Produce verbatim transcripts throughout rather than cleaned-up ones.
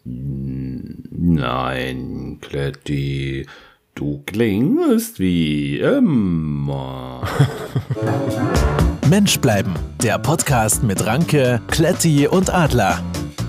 Nein, Kletti, du klingst wie immer. Mensch bleiben, der Podcast mit Ranke, Kletti und Adler.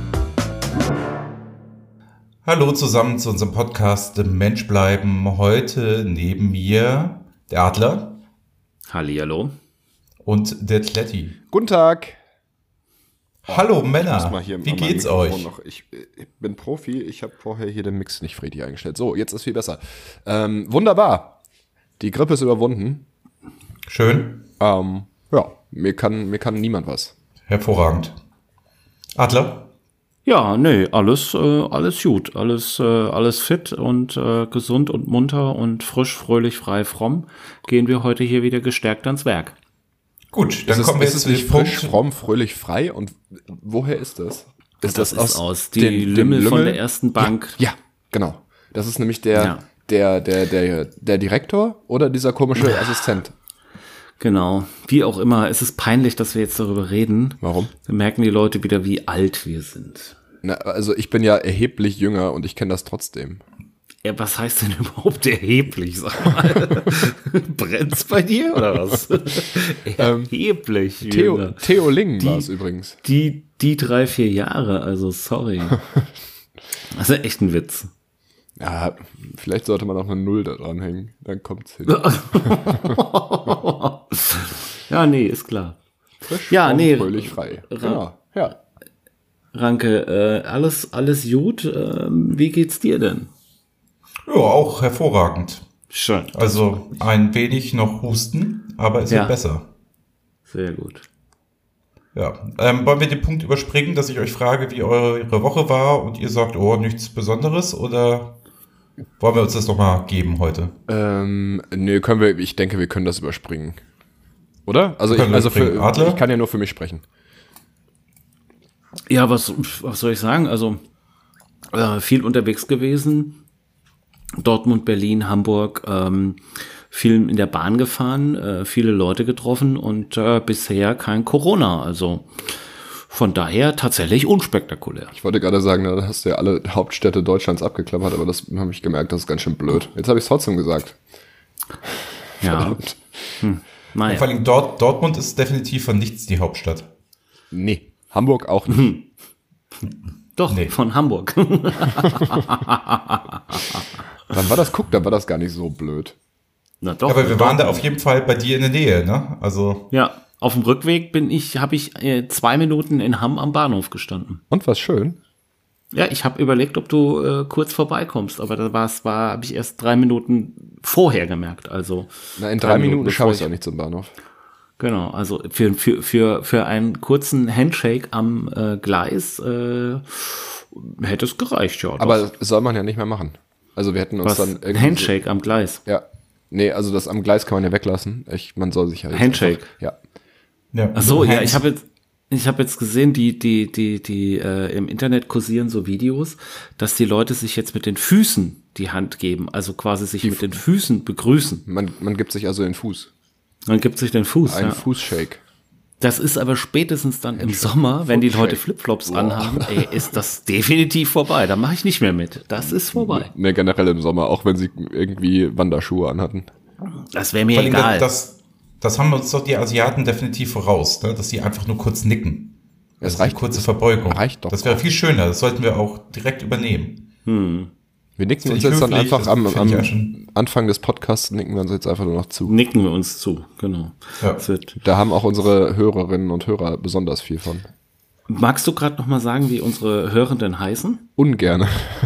Hallo zusammen zu unserem Podcast Mensch bleiben. Heute neben mir der Adler. Hallihallo. Und der Kletti. Guten Tag. Hallo Männer, Mal hier wie geht's euch? noch. Ich, ich bin Profi, ich habe vorher hier den Mix nicht richtig eingestellt. So, jetzt ist viel besser. Ähm, wunderbar. Die Grippe ist überwunden. Schön. Ähm, ja, mir kann, mir kann niemand was. Hervorragend. Adler? Ja, nee, alles, äh, alles gut, alles, äh, alles fit und äh, gesund und munter und frisch, fröhlich, frei, fromm gehen wir heute hier wieder gestärkt ans Werk. Gut, dann ist kommen wir es, jetzt ist zu es dem nicht Punkt. frisch, fromm, fröhlich, frei? Und woher ist das? Ist Das, das, ist aus die den- dem Lümmel von Lümmel? der ersten Bank. Ja, ja, genau. Das ist nämlich der, Ja. der, der, der, der Direktor oder dieser komische Assistent. Genau. Wie auch immer, es ist peinlich, dass wir jetzt darüber reden. Warum? Dann merken die Leute wieder, wie alt wir sind. Na, also ich bin ja erheblich jünger und ich kenne das trotzdem. Ja, was heißt denn überhaupt erheblich, sag mal? Brennt's bei dir oder was? Erheblich. Theo, Jünger. Theo Lingen Die- war es übrigens. Die, die drei, vier Jahre, also sorry. Das ist echt ein Witz. Ja, vielleicht sollte man auch eine Null da dran hängen. Dann kommt's hin. Ja, nee, ist klar. Frisch, Ja, fromm, nee. fröhlich, frei. Genau, ja. Ranke, äh, alles, alles gut. Ähm, wie geht's dir denn? Ja, auch hervorragend. Schön. Also ein wenig noch Husten, aber es Ja. wird besser. Sehr gut. Ja, ähm, wollen wir den Punkt überspringen, dass ich euch frage, wie eure Woche war und ihr sagt, oh, nichts Besonderes, oder wollen wir uns das nochmal geben heute? Ähm, nee, können wir, ich denke, wir können das überspringen. Oder? Also, ich, Können wir also für, überspringen. Adler? ich kann ja nur für mich sprechen. Ja, was, was soll ich sagen? Also, äh, viel unterwegs gewesen. Dortmund, Berlin, Hamburg, ähm, viel in der Bahn gefahren, äh, viele Leute getroffen und äh, bisher kein Corona. Also von daher tatsächlich unspektakulär. Ich wollte gerade sagen, da hast du ja alle Hauptstädte Deutschlands abgeklappert, aber das habe ich gemerkt, das ist ganz schön blöd. Jetzt habe ich es trotzdem gesagt. Ja. Hm. Naja. Vor allem Dort, Dortmund ist definitiv von nichts die Hauptstadt. Nee, Hamburg auch nicht. Doch, Nee. von Hamburg. Dann war das, guck, dann war das gar nicht so blöd. Na doch. Aber wir waren da auf jeden Fall bei dir in der Nähe, ne? Also, Ja, auf dem Rückweg bin ich, habe ich äh, zwei Minuten in Hamm am Bahnhof gestanden. Und was schön. Ja, ich habe überlegt, ob du äh, kurz vorbeikommst, aber da war's, war, habe ich erst drei Minuten vorher gemerkt. Also Na, in drei Minuten bevor schaffe ich auch nicht zum Bahnhof. Genau, also für für für für einen kurzen Handshake am äh, Gleis äh, hätte es gereicht, ja. doch. Aber das soll man ja nicht mehr machen. Also wir hätten uns was? dann Ein irgendwie Handshake am Gleis. So, ja. Nee, also das am Gleis kann man ja weglassen. Ich, man soll sich ja jetzt Handshake. Einfach, ja. ja. Ach so, ja, Hands- ich habe jetzt ich habe jetzt gesehen, die die die die äh, im Internet kursieren so Videos, dass die Leute sich jetzt mit den Füßen die Hand geben, also quasi sich mit den Füßen begrüßen. Man, man gibt sich also den Fuß. Man gibt sich den Fuß. Ein Ja. Fußshake. Das ist aber spätestens dann im Sommer, wenn die Leute Footshake. Flipflops anhaben, ey, ist das definitiv vorbei. Da mache ich nicht mehr mit. Das ist vorbei. Ne, generell im Sommer, auch wenn sie irgendwie Wanderschuhe anhatten. Das wäre mir Vor allem, egal. Das, das haben uns doch die Asiaten definitiv voraus, ne? Dass sie einfach nur kurz nicken. Es Das reicht reicht kurze Verbeugung. reicht doch Das wäre auch. viel schöner. Das sollten wir auch direkt übernehmen. Wir nicken Find uns ich jetzt dann höflich, einfach das am, find ich ja am schon. Anfang des Podcasts nicken wir uns jetzt einfach nur noch zu. Nicken wir uns zu, genau. Ja. Das wird. Da haben auch unsere Hörerinnen und Hörer besonders viel von. Magst du gerade noch mal sagen, wie unsere Hörenden heißen? Ungerne.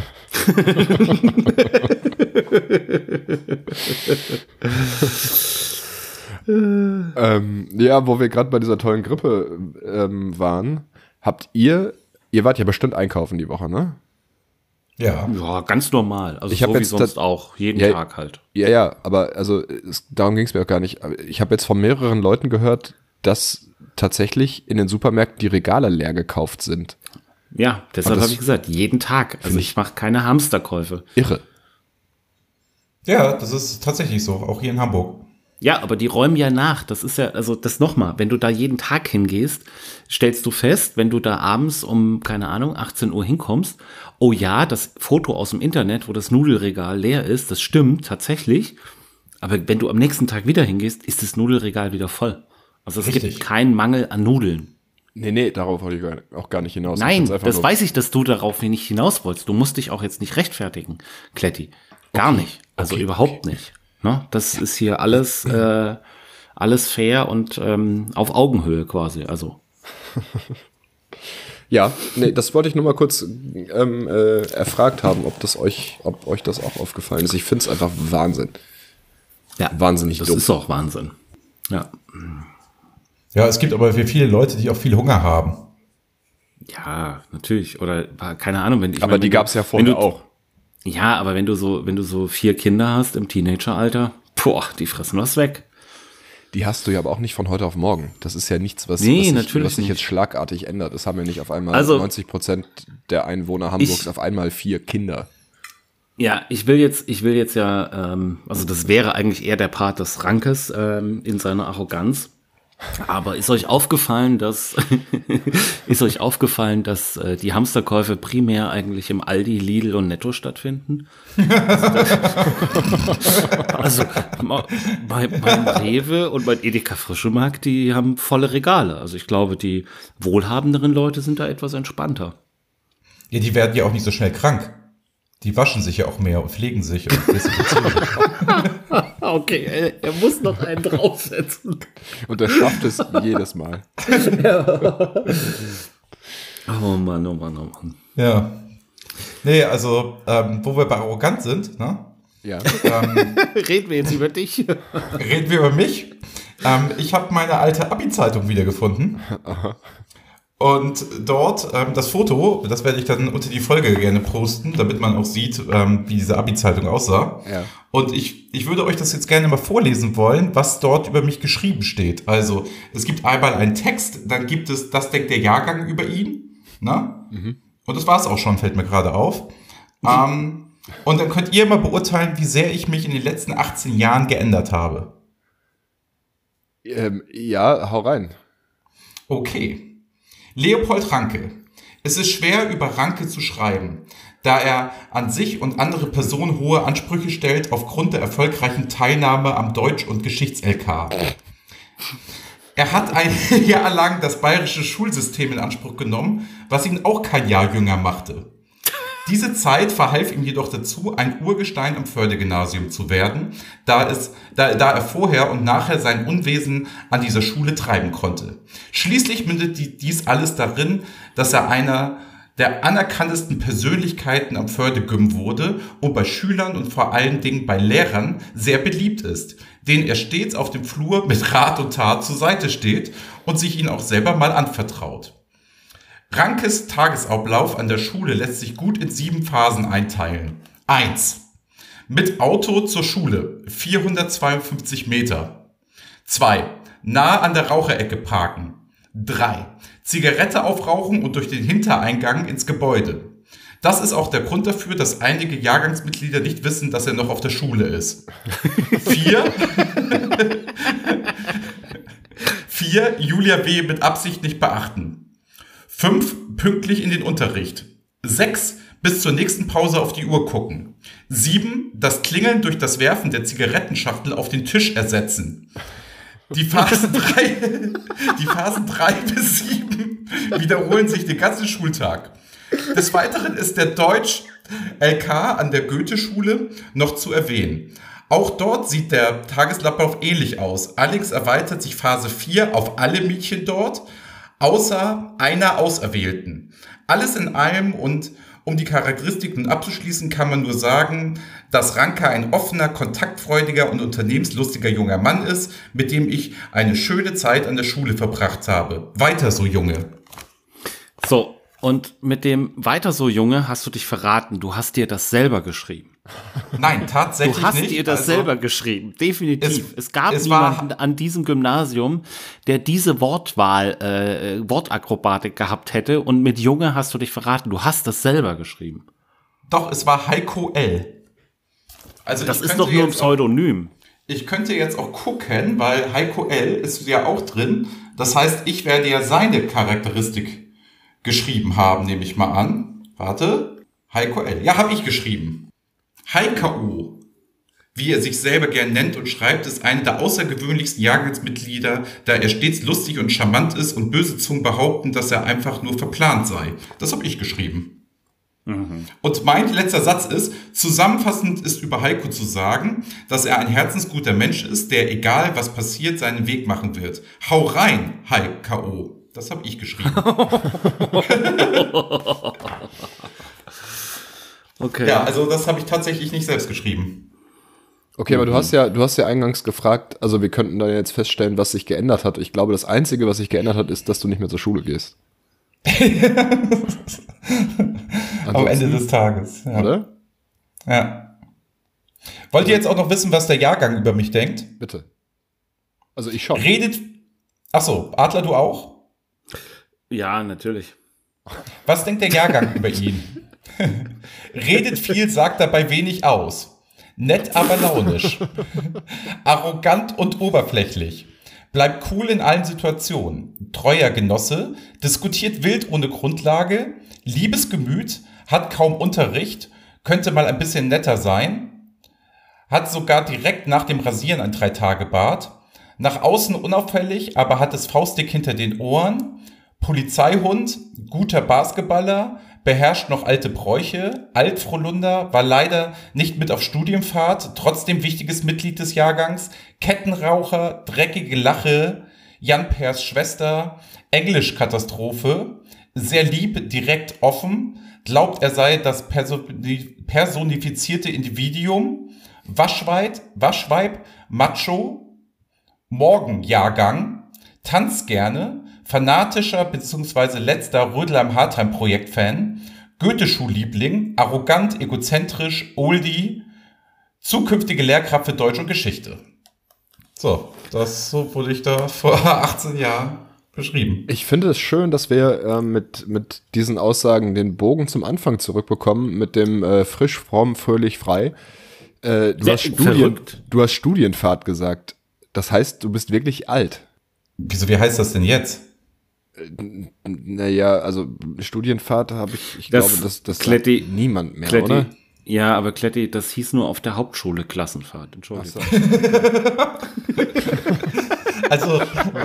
ähm, ja, wo wir gerade bei dieser tollen Grippe ähm, waren, habt ihr, ihr wart ja bestimmt einkaufen die Woche, ne? Ja. Ja, ganz normal. Also Ich hab so wie jetzt sonst das- auch. Jeden Ja, Tag halt. Ja, ja, aber also es, darum ging es mir auch gar nicht. Aber ich habe jetzt von mehreren Leuten gehört, dass tatsächlich in den Supermärkten die Regale leer gekauft sind. Ja, deshalb das habe ich gesagt, jeden Tag. Also ich mache keine Hamsterkäufe. Irre. Ja, das ist tatsächlich so. Auch hier in Hamburg. Ja, aber die räumen ja nach. Das ist ja, also das nochmal, wenn du da jeden Tag hingehst, stellst du fest, wenn du da abends um, keine Ahnung, achtzehn Uhr hinkommst, oh ja, das Foto aus dem Internet, wo das Nudelregal leer ist, das stimmt tatsächlich. Aber wenn du am nächsten Tag wieder hingehst, ist das Nudelregal wieder voll. Also es Richtig. gibt keinen Mangel an Nudeln. Nee, nee, darauf wollte ich gar- auch gar nicht hinaus. Ich Nein, find's einfach das nur- weiß ich, dass du darauf nicht hinaus wolltest. Du musst dich auch jetzt nicht rechtfertigen, Kletti. Gar nicht. Also Okay, überhaupt okay. nicht. Ne? Das ist hier alles, äh, alles fair und ähm, auf Augenhöhe quasi. Also Ja, nee, das wollte ich nur mal kurz ähm, äh, erfragt haben, ob das euch, ob euch das auch aufgefallen ist. Ich finde es einfach Wahnsinn. ja, Wahnsinnig das dumm. ist auch Wahnsinn. Ja, Ja, es gibt aber viele Leute, die auch viel Hunger haben. ja, natürlich. Oder keine Ahnung, wenn ich Aber meine, die wenn gab es du- ja wenn vorher du, auch. Ja, aber wenn du so, wenn du so vier Kinder hast im Teenageralter, boah, die fressen was weg. Die hast du ja aber auch nicht von heute auf morgen. Das ist ja nichts, was, Nee, was, sich, natürlich was sich nicht. jetzt schlagartig ändert. Das haben ja nicht auf einmal Also, neunzig Prozent der Einwohner Hamburgs ich- auf einmal vier Kinder. Ja, ich will jetzt, ich will jetzt ja, ähm, also das wäre eigentlich eher der Part des Rankes ähm, in seiner Arroganz. Aber ist euch aufgefallen, dass ist euch aufgefallen, dass äh, die Hamsterkäufe primär eigentlich im Aldi, Lidl und Netto stattfinden? Also, das, also ma- bei, mein Rewe und mein Edeka Frischemarkt, die haben volle Regale. Also ich glaube, die wohlhabenderen Leute sind da etwas entspannter. Ja, die werden ja auch nicht so schnell krank. Die waschen sich ja auch mehr und pflegen sich und desinfizieren. Okay, er, er muss noch einen draufsetzen. Und er schafft es jedes Mal. Oh Mann, oh Mann, oh Mann. Ja. Nee, also, ähm, wo wir bei arrogant sind, ne? Ja. Reden wir jetzt über dich? Reden wir über mich. Ähm, ich habe meine alte Abi-Zeitung wiedergefunden. Und dort ähm, das Foto, das werde ich dann unter die Folge gerne posten, damit man auch sieht, ähm, wie diese Abi-Zeitung aussah. Ja. Und ich, ich würde euch das jetzt gerne mal vorlesen wollen, was dort über mich geschrieben steht. Also es gibt einmal einen Text, dann gibt es, das denkt der Jahrgang über ihn. Ne? Mhm. Und das war es auch schon, fällt mir gerade auf. Ähm, und dann könnt ihr mal beurteilen, wie sehr ich mich in den letzten achtzehn Jahren geändert habe. Ähm, ja, hau rein. Okay. Leopold Ranke. Es ist schwer, über Ranke zu schreiben, da er an sich und andere Personen hohe Ansprüche stellt aufgrund der erfolgreichen Teilnahme am Deutsch- und Geschichts-L K. Er hat ein Jahr lang das bayerische Schulsystem in Anspruch genommen, was ihn auch kein Jahr jünger machte. Diese Zeit verhalf ihm jedoch dazu, ein Urgestein am Förde-Gymnasium zu werden, da, es, da, da er vorher und nachher sein Unwesen an dieser Schule treiben konnte. Schließlich mündet die, dies alles darin, dass er einer der anerkanntesten Persönlichkeiten am Förde-Gym wurde und bei Schülern und vor allen Dingen bei Lehrern sehr beliebt ist, denen er stets auf dem Flur mit Rat und Tat zur Seite steht und sich ihnen auch selber mal anvertraut. Rankes Tagesablauf an der Schule lässt sich gut in sieben Phasen einteilen. eins. Mit Auto zur Schule, vierhundertzweiundfünfzig Meter. zwei. Nahe an der Raucherecke parken. drei. Zigarette aufrauchen und durch den Hintereingang ins Gebäude. Das ist auch der Grund dafür, dass einige Jahrgangsmitglieder nicht wissen, dass er noch auf der Schule ist. vier. vier. Julia W. mit Absicht nicht beachten. fünf. Pünktlich in den Unterricht. sechs. Bis zur nächsten Pause auf die Uhr gucken. sieben. Das Klingeln durch das Werfen der Zigarettenschachtel auf den Tisch ersetzen. Die Phasen drei, die Phasen drei bis sieben wiederholen sich den ganzen Schultag. Des Weiteren ist der Deutsch-L K an der Goethe-Schule noch zu erwähnen. Auch dort sieht der Tagesablauf ähnlich aus. Allerdings erweitert sich Phase vier auf alle Mädchen dort, außer einer Auserwählten. Alles in allem und um die Charakteristiken abzuschließen, kann man nur sagen, dass Ranke ein offener, kontaktfreudiger und unternehmenslustiger junger Mann ist, mit dem ich eine schöne Zeit an der Schule verbracht habe. Weiter so, Junge. So, und mit dem Weiter so, Junge, hast du dich verraten. Du hast dir das selber geschrieben. Nein, tatsächlich Du hast nicht. dir das Also, selber geschrieben, definitiv. Es- Es, gab es war- niemanden an diesem Gymnasium, der diese Wortwahl, äh, Wortakrobatik gehabt hätte. Und mit Junge hast du dich verraten. Du hast das selber geschrieben. Doch, es war Heiko L. Also Das ich ist könnte doch nur ein jetzt auch- Pseudonym. ich könnte jetzt auch gucken, weil Heiko L. ist ja auch drin. Das heißt, ich werde ja seine Charakteristik geschrieben haben, nehme ich mal an. Warte. Heiko L. Ja, habe ich geschrieben. Heiko, wie er sich selber gern nennt und schreibt, ist einer der außergewöhnlichsten Jahrgangsmitglieder, da er stets lustig und charmant ist und böse Zungen behaupten, dass er einfach nur verplant sei. Das habe ich geschrieben. Mhm. Und mein letzter Satz ist, zusammenfassend ist über Heiko zu sagen, dass er ein herzensguter Mensch ist, der, egal was passiert, seinen Weg machen wird. Hau rein, Heiko. Das habe ich geschrieben. Okay. Ja, also das habe ich tatsächlich nicht selbst geschrieben. Okay, aber du hast ja, du hast ja eingangs gefragt, also wir könnten da jetzt feststellen, was sich geändert hat. Ich glaube, das Einzige, was sich geändert hat, ist, dass du nicht mehr zur Schule gehst. Am Ende des Tages. Ja. Oder? Ja. Wollt ihr jetzt auch noch wissen, was der Jahrgang über mich denkt? Bitte. Also ich schon. Redet. Achso, Adler, du auch? Ja, natürlich. Was denkt der Jahrgang über ihn? Redet viel, sagt dabei wenig aus. Nett, aber launisch. Arrogant und oberflächlich. Bleibt cool in allen Situationen. Treuer Genosse. Diskutiert wild ohne Grundlage. Liebes Gemüt. Hat kaum Unterricht. Könnte mal ein bisschen netter sein. Hat sogar direkt nach dem Rasieren ein Drei-Tage-Bart. Nach außen unauffällig, aber hat es faustdick hinter den Ohren. Polizeihund. Guter Basketballer. Beherrscht noch alte Bräuche, Altfrolunder, war leider nicht mit auf Studienfahrt, trotzdem wichtiges Mitglied des Jahrgangs, Kettenraucher, dreckige Lache, Jan Pers Schwester, Englischkatastrophe, sehr lieb, direkt offen, glaubt er sei das personifizierte Individuum, Waschweib, Waschweib, Macho, Morgenjahrgang, tanzt gerne, fanatischer bzw. letzter Rödelheim-Hartheim-Projekt-Fan, Goethe-Schulliebling, arrogant, egozentrisch, Oldie, zukünftige Lehrkraft für Deutsch und Geschichte. So, das so wurde ich da vor achtzehn Jahren beschrieben. Ich finde es schön, dass wir äh, mit, mit diesen Aussagen den Bogen zum Anfang zurückbekommen, mit dem äh, frisch, fromm, fröhlich, frei. Äh, du, hast Studien, du hast Studienfahrt gesagt. Das heißt, du bist wirklich alt. Wieso, wie heißt das denn jetzt? Naja, also Studienfahrt habe ich, ich das glaube, das, das Kletti, sagt niemand mehr, Kletti, oder? Ja, aber Kletti, das hieß nur auf der Hauptschule Klassenfahrt, Entschuldigung. Also,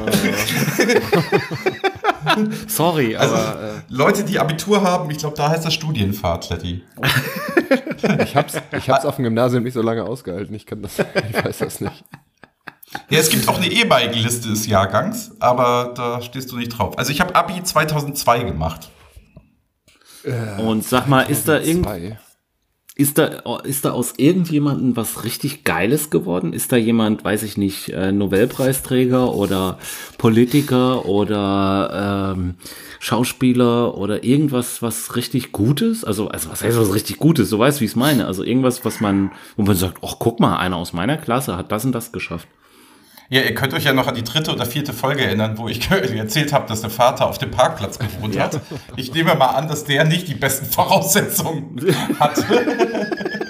sorry, also aber äh, Leute, die Abitur haben, ich glaube, da heißt das Studienfahrt, Kletti. Ich hab's, ich hab's auf dem Gymnasium nicht so lange ausgehalten, ich kann das, ich weiß das nicht. Ja, es gibt auch eine ehemalige Liste des Jahrgangs, aber da stehst du nicht drauf. Also ich habe Abi zweitausendzwei gemacht. Und sag mal, ist da irgend, ist da, ist da aus irgendjemandem was richtig Geiles geworden? Ist da jemand, weiß ich nicht, äh, Nobelpreisträger oder Politiker oder ähm, Schauspieler oder irgendwas, was richtig Gutes? Also, also was heißt was richtig Gutes? Du weißt, wie ich es meine. Also irgendwas, was man, wo man sagt, ach, guck mal, einer aus meiner Klasse hat das und das geschafft. Ja, ihr könnt euch ja noch an die dritte oder vierte Folge erinnern, wo ich erzählt habe, dass der Vater auf dem Parkplatz gewohnt Ja. hat. Ich nehme mal an, dass der nicht die besten Voraussetzungen hatte.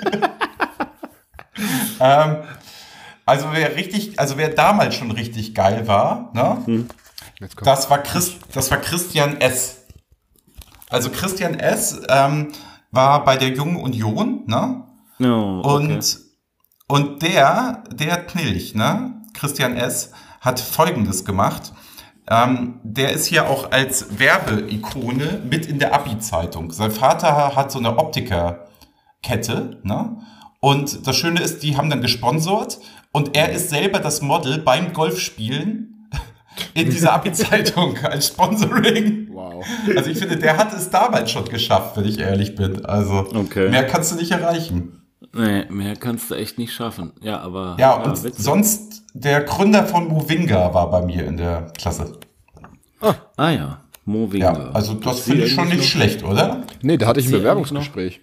ähm, also wer richtig, also wer damals schon richtig geil war, ne? Hm. Das war Christ, das war Christian S. Also Christian S. Ähm, war bei der Jungen Union, ne? Oh, okay. Und und der, der Knilch, ne? Christian S. hat Folgendes gemacht. Ähm, der ist hier auch als Werbeikone mit in der Abi-Zeitung. Sein Vater hat so eine Optikerkette, ne? Und das Schöne ist, die haben dann gesponsert und er ist selber das Model beim Golfspielen in dieser Abi-Zeitung als Sponsoring. Wow. Also ich finde, der hat es damals schon geschafft, wenn ich ehrlich bin. Also Okay. mehr kannst du nicht erreichen. Nee, mehr kannst du echt nicht schaffen. Ja, aber. Ja, und witzig. sonst der Gründer von Movinga war bei mir in der Klasse. Ah ja, Movinga. Ja, also das finde ich schon nicht schlecht, oder? Nee, da hatte ich ein Sie Bewerbungsgespräch.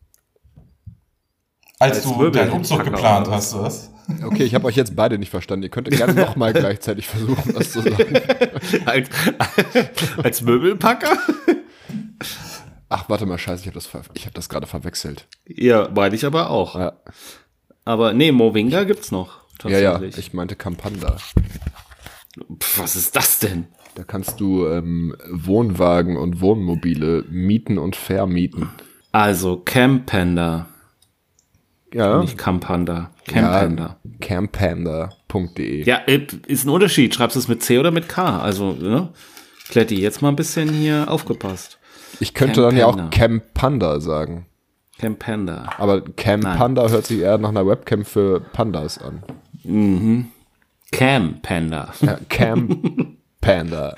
Als, Als du Wirbel- deinen Umzug Packer geplant oder hast, du das? Okay, ich habe euch jetzt beide nicht verstanden. Ihr könnt gerne nochmal gleichzeitig versuchen, das zu sagen. als, als Möbelpacker? Ach, warte mal, scheiße, ich habe das, ver- ich hab das gerade verwechselt. Ja, meine ich aber auch. Ja. Aber nee, Movinga gibt's noch. Ja, ja, ich meinte Campanda. Pff, was ist das denn? Da kannst du ähm, Wohnwagen und Wohnmobile mieten und vermieten. Also Campanda. Ja. Nicht Campanda. Campanda. Ja, campanda punkt de. Ja, ist ein Unterschied. Schreibst du es mit C oder mit K? Also, ne? Kletti, jetzt mal ein bisschen hier aufgepasst. Ich könnte Campanda. Dann ja auch Campanda sagen. Campanda. Aber Campanda hört sich eher nach einer Webcam für Pandas an. Mhm. Campanda. Ja, Campanda.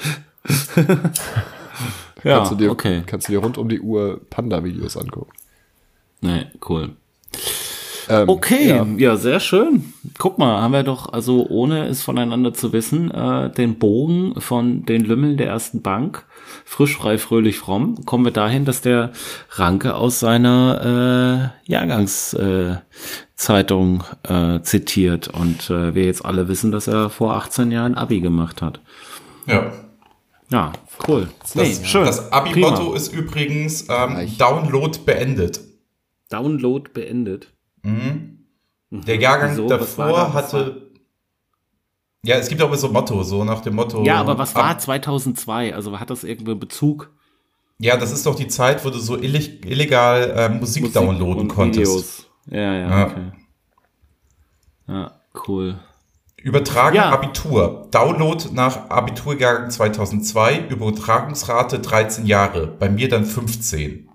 Ja, kannst du dir, okay. Kannst du dir rund um die Uhr Panda-Videos angucken. Nee, cool. Ähm, okay, ja. ja, sehr schön. Guck mal, haben wir doch, also ohne es voneinander zu wissen, äh, den Bogen von den Lümmeln der ersten Bank, frisch, frei, fröhlich, fromm, kommen wir dahin, dass der Ranke aus seiner äh, Jahrgangszeitung äh, äh, zitiert und äh, wir jetzt alle wissen, dass er vor achtzehn Jahren Abi gemacht hat. Ja. Ja, cool. Das, nee, schön. Das Abi-Motto ist übrigens ähm, Download beendet. Download beendet. Mhm. Der Jahrgang Wieso? davor hatte. Ja, es gibt auch so ein Motto, so nach dem Motto. Ja, aber was war zweitausendzwei? Also hat das irgendwie einen Bezug? Ja, das ist doch die Zeit, wo du so illeg- illegal äh, Musik, Musik downloaden und konntest. Videos. Ja, ja, ja, okay. Ja, cool. Übertragen ja. Abitur. Download nach Abiturjahrgang zweitausendzwei. Übertragungsrate dreizehn Jahre. Bei mir dann fünfzehn.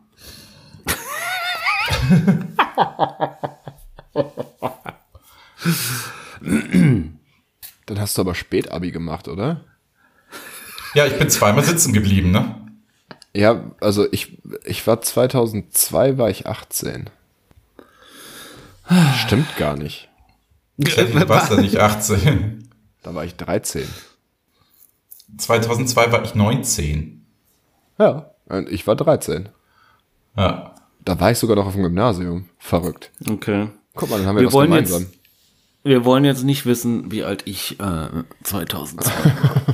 Dann hast du aber Spätabi gemacht, oder? Ja, ich bin zweimal sitzen geblieben, ne? Ja, also ich, ich war zweitausendzwei, war ich achtzehn. Stimmt gar nicht. Du warst ja nicht achtzehn. Da war ich dreizehn. zweitausendzwei war ich neunzehn. Ja, und ich war dreizehn. Ja. Da war ich sogar noch auf dem Gymnasium. Verrückt. Okay. Guck mal, dann haben wir, wir was gemeinsam. Jetzt, wir wollen jetzt nicht wissen, wie alt ich äh, zweitausendzwei war.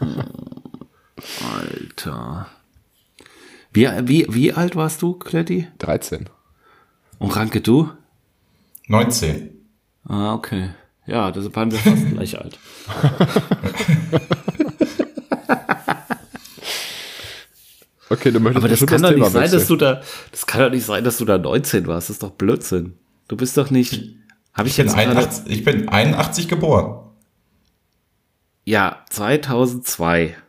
Alter. Wie, wie, wie alt warst du, Kletti? dreizehn. Und Ranke, du? neunzehn. Ah, okay. Ja, deshalb waren wir fast gleich alt. Okay, du möchtest aber das kann doch nicht sein, dass du da, das kann doch nicht sein, dass du da neunzehn warst. Das ist doch Blödsinn. Du bist doch nicht, habe ich, ich jetzt einundachtzig, ich bin einundachtzig geboren. Ja, zweitausendzwei.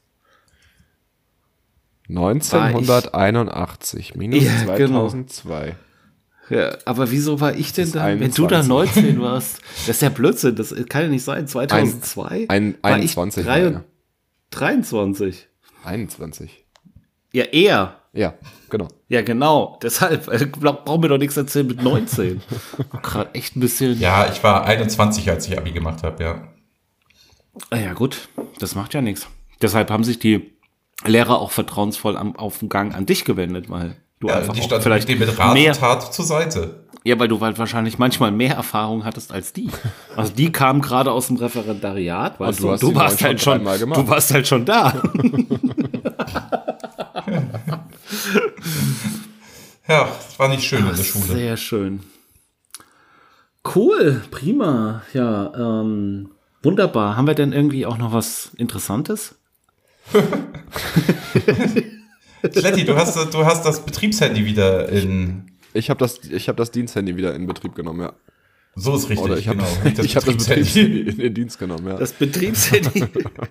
neunzehnhunderteinundachtzig minus ja, zweitausendzwei. Genau. Ja, aber wieso war ich denn da, wenn du da neunzehn warst? Das ist ja Blödsinn, das kann ja nicht sein. zweitausendzwei ein, ein, war einundzwanzig. Ich drei, dreiundzwanzig. einundzwanzig. Ja, eher. Ja, genau. Ja, genau. Deshalb äh, brauchen wir doch nichts erzählen mit neunzehn. Gerade echt ein bisschen. Ja, ich war einundzwanzig, als ich Abi gemacht habe, ja. Ja, gut. Das macht ja nichts. Deshalb haben sich die Lehrer auch vertrauensvoll am, auf den Gang an dich gewendet, weil du ja, einfach die auch vielleicht mit Rat und Tat zur Seite. Ja, weil du halt wahrscheinlich manchmal mehr Erfahrung hattest als die. Also die kamen gerade aus dem Referendariat, weißt du, du, du warst halt schon, du warst halt schon da. Ja, es war nicht schön Ach, in der Schule. Sehr schön. Cool, prima. Ja, ähm, wunderbar. Haben wir denn irgendwie auch noch was Interessantes? Kletti, du hast, du hast das Betriebshandy wieder in... Ich habe das, ich hab das Diensthandy wieder in Betrieb genommen, ja. So ist richtig, Oder ich genau. Hab, das ich habe das Betriebshandy in den Dienst genommen, ja. Das Betriebshandy.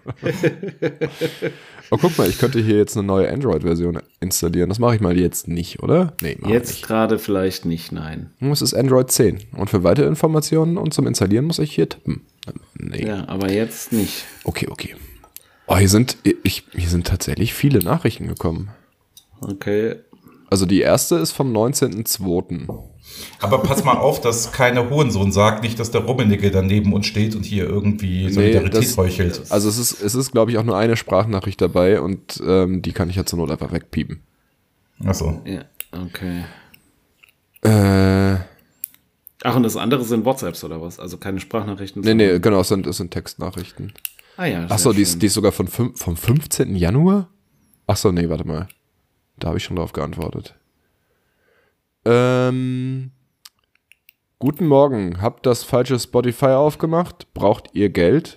Oh, guck mal, ich könnte hier jetzt eine neue Android-Version installieren. Das mache ich mal jetzt nicht, oder? Nee, jetzt gerade vielleicht nicht, nein. Es ist Android zehn. Und für weitere Informationen und zum Installieren muss ich hier tippen. Nee. Ja, aber jetzt nicht. Okay, okay. Oh, hier sind, ich, hier sind tatsächlich viele Nachrichten gekommen. Okay. Also die erste ist vom neunzehnten zweiten Aber pass mal auf, dass keine Hohensohn sagt, nicht, dass der Rummenigge daneben uns steht und hier irgendwie Solidarität nee, heuchelt. Also es ist, es ist, glaube ich, auch nur eine Sprachnachricht dabei und ähm, die kann ich ja zur Not einfach wegpiepen. Ach so. Ja, okay. Äh, Ach, und das andere sind WhatsApps oder was? Also keine Sprachnachrichten? Nee, nee, genau, es sind, es sind Textnachrichten. Ah ja, Ach so, die ist, die ist sogar von fünf, vom fünfzehnten Januar? Ach so, nee, warte mal. Da habe ich schon drauf geantwortet. Ähm, Guten Morgen, habt das falsche Spotify aufgemacht? Braucht ihr Geld?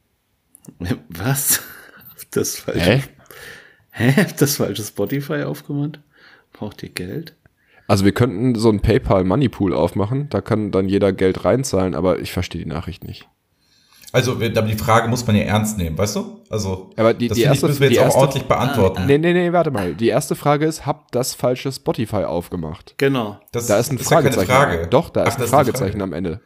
Was? Das falsche, Hä? Hä? Das falsche Spotify aufgemacht? Braucht ihr Geld? Also wir könnten so einen PayPal Money Pool aufmachen, da kann dann jeder Geld reinzahlen, aber ich verstehe die Nachricht nicht. Also, aber die Frage muss man ja ernst nehmen, weißt du? Also, aber die, das die erste, ich, müssen wir jetzt die auch erste, ordentlich beantworten. Nee, nee, nee, warte mal. Die erste Frage ist, habt das falsche Spotify aufgemacht? Genau. Das Da ist ein ist Fragezeichen. Ja keine Frage. Doch, da Ach, ist ein das Fragezeichen eine am Ende.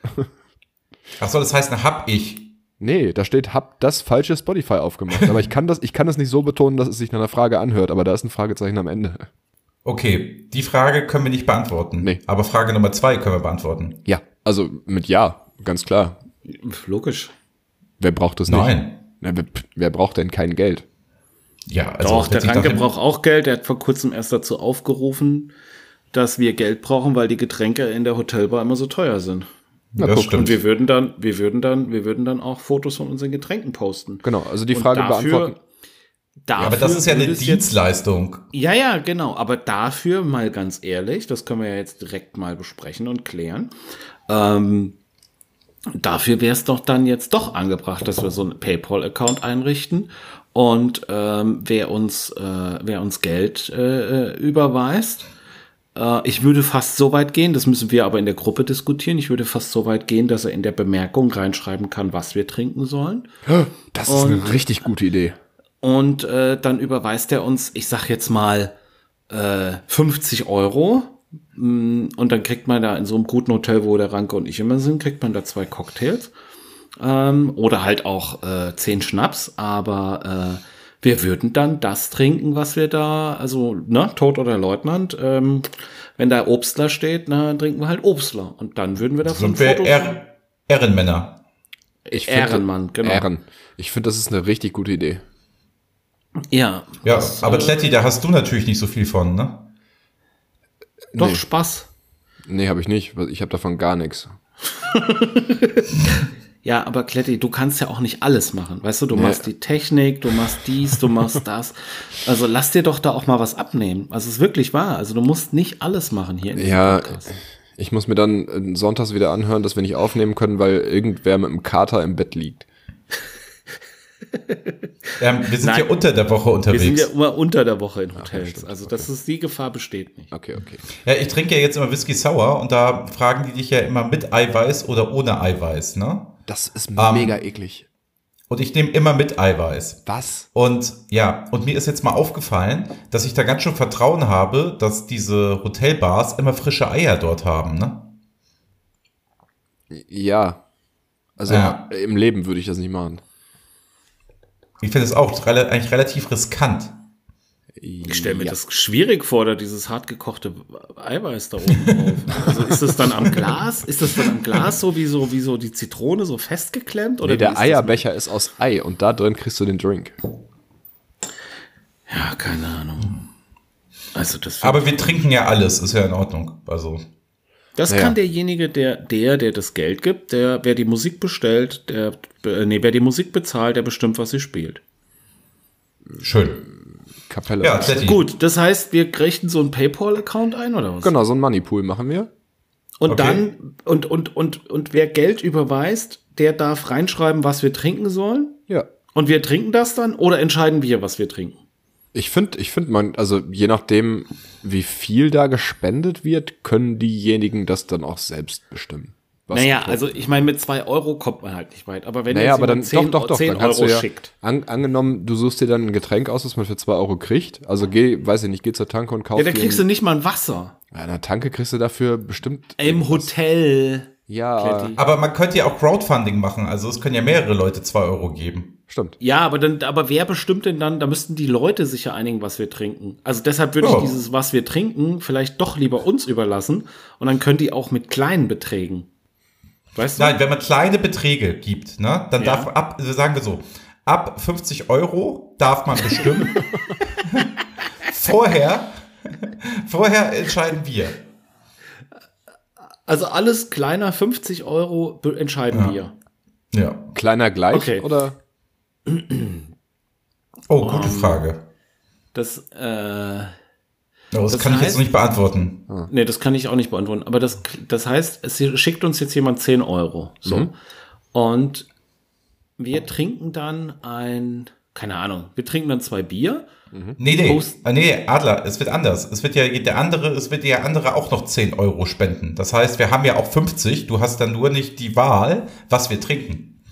Ach so, das heißt, na, hab ich. Nee, da steht, habt das falsche Spotify aufgemacht. Aber ich kann das, ich kann das nicht so betonen, dass es sich nach einer Frage anhört, aber da ist ein Fragezeichen am Ende. Okay, die Frage können wir nicht beantworten. Nee. Aber Frage Nummer zwei können wir beantworten. Ja, also mit Ja, ganz klar. Logisch. Wer braucht das nicht? Nein. Na, wer, wer braucht denn kein Geld? Ja, also Doch, der wenn sich Ranke darin- braucht auch Geld. Der hat vor kurzem erst dazu aufgerufen, dass wir Geld brauchen, weil die Getränke in der Hotelbar immer so teuer sind. Na, das guck. stimmt. Und wir würden dann, wir würden dann, wir würden dann auch Fotos von unseren Getränken posten. Genau, also die Und Frage dafür- beantworten. Dafür Ja, aber das ist ja eine würde es jetzt- Dienstleistung. Ja, ja, genau. Aber dafür mal ganz ehrlich, das können wir ja jetzt direkt mal besprechen und klären. Ähm, dafür wäre es doch dann jetzt doch angebracht, dass wir so einen PayPal-Account einrichten und ähm, wer uns, äh, wer uns Geld äh, überweist. Äh, ich würde fast so weit gehen, das müssen wir aber in der Gruppe diskutieren. Ich würde fast so weit gehen, dass er in der Bemerkung reinschreiben kann, was wir trinken sollen. Das ist eine richtig gute Idee. Und äh, dann überweist er uns, ich sag jetzt mal, äh, fünfzig Euro. Mm, Und dann kriegt man da in so einem guten Hotel, wo der Ranke und ich immer sind, kriegt man da zwei Cocktails. Ähm, oder halt auch äh, zehn Schnaps. Aber äh, wir würden dann das trinken, was wir da, also, ne, Tod oder Leutnant. Ähm, wenn da Obstler steht, na, dann trinken wir halt Obstler. Und dann würden wir davon Sind wir Fotos Ehr Ehrenmänner. Ich finde- Ehrenmann, genau. Ehren. Ich finde, das ist eine richtig gute Idee. Ja, Ja, das, aber äh, Kletti, da hast du natürlich nicht so viel von, ne? doch nee. Spaß. Nee, habe ich nicht. Ich habe davon gar nichts. Ja, aber Kletti, du kannst ja auch nicht alles machen. Weißt du, du Nee. machst die Technik, du machst dies, du machst das. Also lass dir doch da auch mal was abnehmen. Also es ist wirklich wahr. Also du musst nicht alles machen hier in diesem Ja, Podcast. ich muss mir dann äh, sonntags wieder anhören, dass wir nicht aufnehmen können, weil irgendwer mit einem Kater im Bett liegt. Ähm, wir sind Nein. ja unter der Woche Wir unterwegs. sind ja immer unter der Woche in Hotels. stimmt. Also das ist, die Gefahr besteht nicht. Okay, okay. Ja, ich trinke ja jetzt immer Whisky Sour und da fragen die dich ja immer mit Eiweiß oder ohne Eiweiß, ne? Das ist Ähm, mega eklig. Und ich nehme immer mit Eiweiß. Was? Und ja, und mir ist jetzt mal aufgefallen, dass ich da ganz schön Vertrauen habe, dass diese Hotelbars immer frische Eier dort haben, ne? Ja. Also Ja. im Leben würde ich das nicht machen. Ich finde es auch rela- eigentlich relativ riskant. Ich stelle mir ja. das schwierig vor, da dieses hart gekochte Eiweiß da oben drauf. Also ist das dann am Glas? Ist das dann am Glas so wie so, wie so die Zitrone so festgeklemmt? Oder Nee, wie der ist das? Eierbecher ist aus Ei und da drin kriegst du den Drink. Ja, keine Ahnung. Also das Aber wir trinken ja alles, ist ja in Ordnung. Also, Das Naja. kann derjenige, der, der, der das Geld gibt, der, wer die Musik bestellt, der, äh, nee, wer die Musik bezahlt, der bestimmt, was sie spielt. schön. Kapelle. Ja, Kletti. Gut, das heißt, wir richten so einen PayPal-Account ein, oder was? Genau, so ein Moneypool machen wir. Und Okay. dann, und, und, und, und wer Geld überweist, der darf reinschreiben, was wir trinken sollen. Ja. Und wir trinken das dann, oder entscheiden wir, was wir trinken? Ich finde, ich finde man, also je nachdem, wie viel da gespendet wird, können diejenigen das dann auch selbst bestimmen. Was Naja, trinken. also ich meine, mit zwei Euro kommt man halt nicht weit. Aber wenn Naja, jetzt aber dann jemand zehn, doch, doch, doch. zehn Dann kannst Euro du ja, schickt. An, angenommen, du suchst dir dann ein Getränk aus, das man für zwei Euro kriegt. Also geh, weiß ich nicht, geh zur Tanke und kauf Ja, da dir kriegst du ein, nicht mal ein Wasser. ja, in der Tanke kriegst du dafür bestimmt Im irgendwas. Hotel. Ja, Kletti. Aber man könnte ja auch Crowdfunding machen. Also es können ja mehrere Leute zwei Euro geben. stimmt. Ja, aber dann, aber wer bestimmt denn dann, da müssten die Leute sich ja einigen, was wir trinken. Also deshalb würde Ja. ich dieses, was wir trinken, vielleicht doch lieber uns überlassen. Und dann können die auch mit kleinen Beträgen. Weißt du? Nein, wenn man kleine Beträge gibt, ne, dann Ja. darf ab, also sagen wir so, ab fünfzig Euro darf man bestimmen. vorher, vorher entscheiden wir. Also alles kleiner fünfzig Euro be- entscheiden wir. Ja. Kleiner gleich, Okay. oder? Oh, gute Frage. Das, äh, Oh, das, das kann heißt, ich jetzt nicht beantworten. Ah. Nee, das kann ich auch nicht beantworten. Aber das, das heißt, es schickt uns jetzt jemand zehn Euro. So. Mhm. Und wir trinken dann ein, keine Ahnung, wir trinken dann zwei Bier. Mhm. Nee, nee, nee, Adler, es wird anders. Es wird ja der andere, es wird der andere auch noch zehn Euro spenden. Das heißt, wir haben ja auch fünfzig. Du hast dann nur nicht die Wahl, was wir trinken.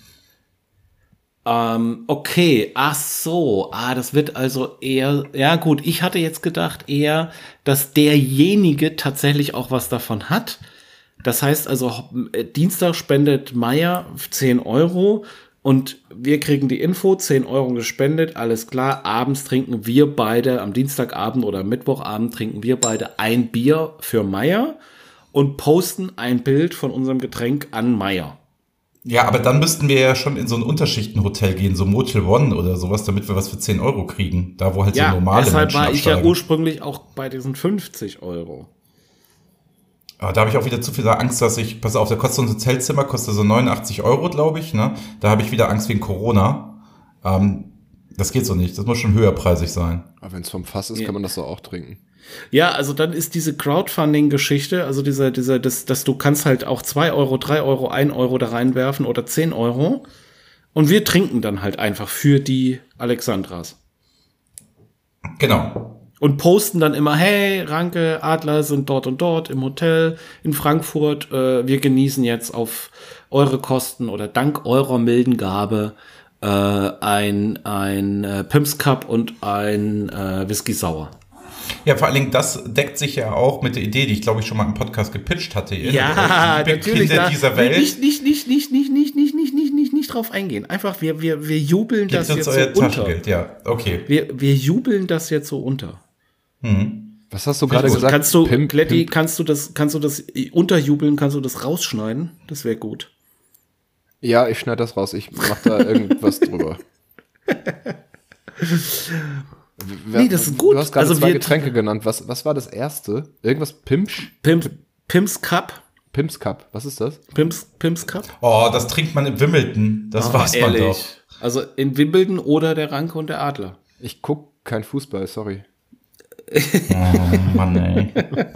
Ähm, okay, ach so. Ah, das wird also eher, ja gut, ich hatte jetzt gedacht eher, dass derjenige tatsächlich auch was davon hat. Das heißt also, Dienstag spendet Meier zehn Euro. Und wir kriegen die Info, zehn Euro gespendet, alles klar. Abends trinken wir beide, am Dienstagabend oder Mittwochabend trinken wir beide ein Bier für Meier und posten ein Bild von unserem Getränk an Meier. Ja, aber dann müssten wir ja schon in so ein Unterschichtenhotel gehen, so Motel One oder sowas, damit wir was für zehn Euro kriegen. Da, wo halt ja, so normale Menschen absteigen. Ja, deshalb war ich ja ursprünglich auch bei diesen fünfzig Euro. Da habe ich auch wieder zu viel Angst, dass ich, pass auf, der kostet so ein Hotelzimmer, kostet so neunundachtzig Euro, glaube ich, ne? Da habe ich wieder Angst wegen Corona. Ähm, das geht so nicht, das muss schon höherpreisig sein. Aber wenn es vom Fass ist, ja. kann man das doch auch trinken. Ja, also dann ist diese Crowdfunding-Geschichte, also dieser, dieser, das, dass du kannst halt auch zwei Euro, drei Euro, ein Euro da reinwerfen oder zehn Euro. Und wir trinken dann halt einfach für die Alexandras. Genau. Und posten dann immer, hey, Ranke, Adler sind dort und dort im Hotel in Frankfurt. Äh, wir genießen jetzt auf eure Kosten oder dank eurer milden Gabe äh, ein, ein äh, Pimps Cup und ein äh, Whisky Sauer. Ja, vor allen Dingen, das deckt sich ja auch mit der Idee, die ich, glaube ich, schon mal im Podcast gepitcht hatte. Ja, die natürlich. Kinder dieser Welt. Nicht, nicht, nicht, nicht, nicht, nicht, nicht, nicht, nicht, nicht, nicht drauf eingehen. Einfach, wir, wir, wir jubeln Gebt das uns jetzt euer so Taschengeld, unter. Ja, okay. Wir, wir jubeln das jetzt so unter. Mhm. Was hast du gerade also, gesagt? Kannst du, Pimp, Kletti, Pimp. kannst du das, kannst du das unterjubeln, kannst du das rausschneiden? Das wäre gut. Ja, ich schneide das raus. Ich mach da irgendwas drüber. Nee, das ist gut. Du hast gerade also zwei wir, Getränke genannt. Was, was war das erste? Irgendwas Pimps? Pimp, Pimps Cup. Pimps Cup. Was ist das? Pimps, Pimps Cup. Oh, das trinkt man in Wimbledon. Das oh, weiß man doch. Also in Wimbledon oder der Ranke und der Adler. Ich guck kein Fußball, sorry. Oh, Mann, ey.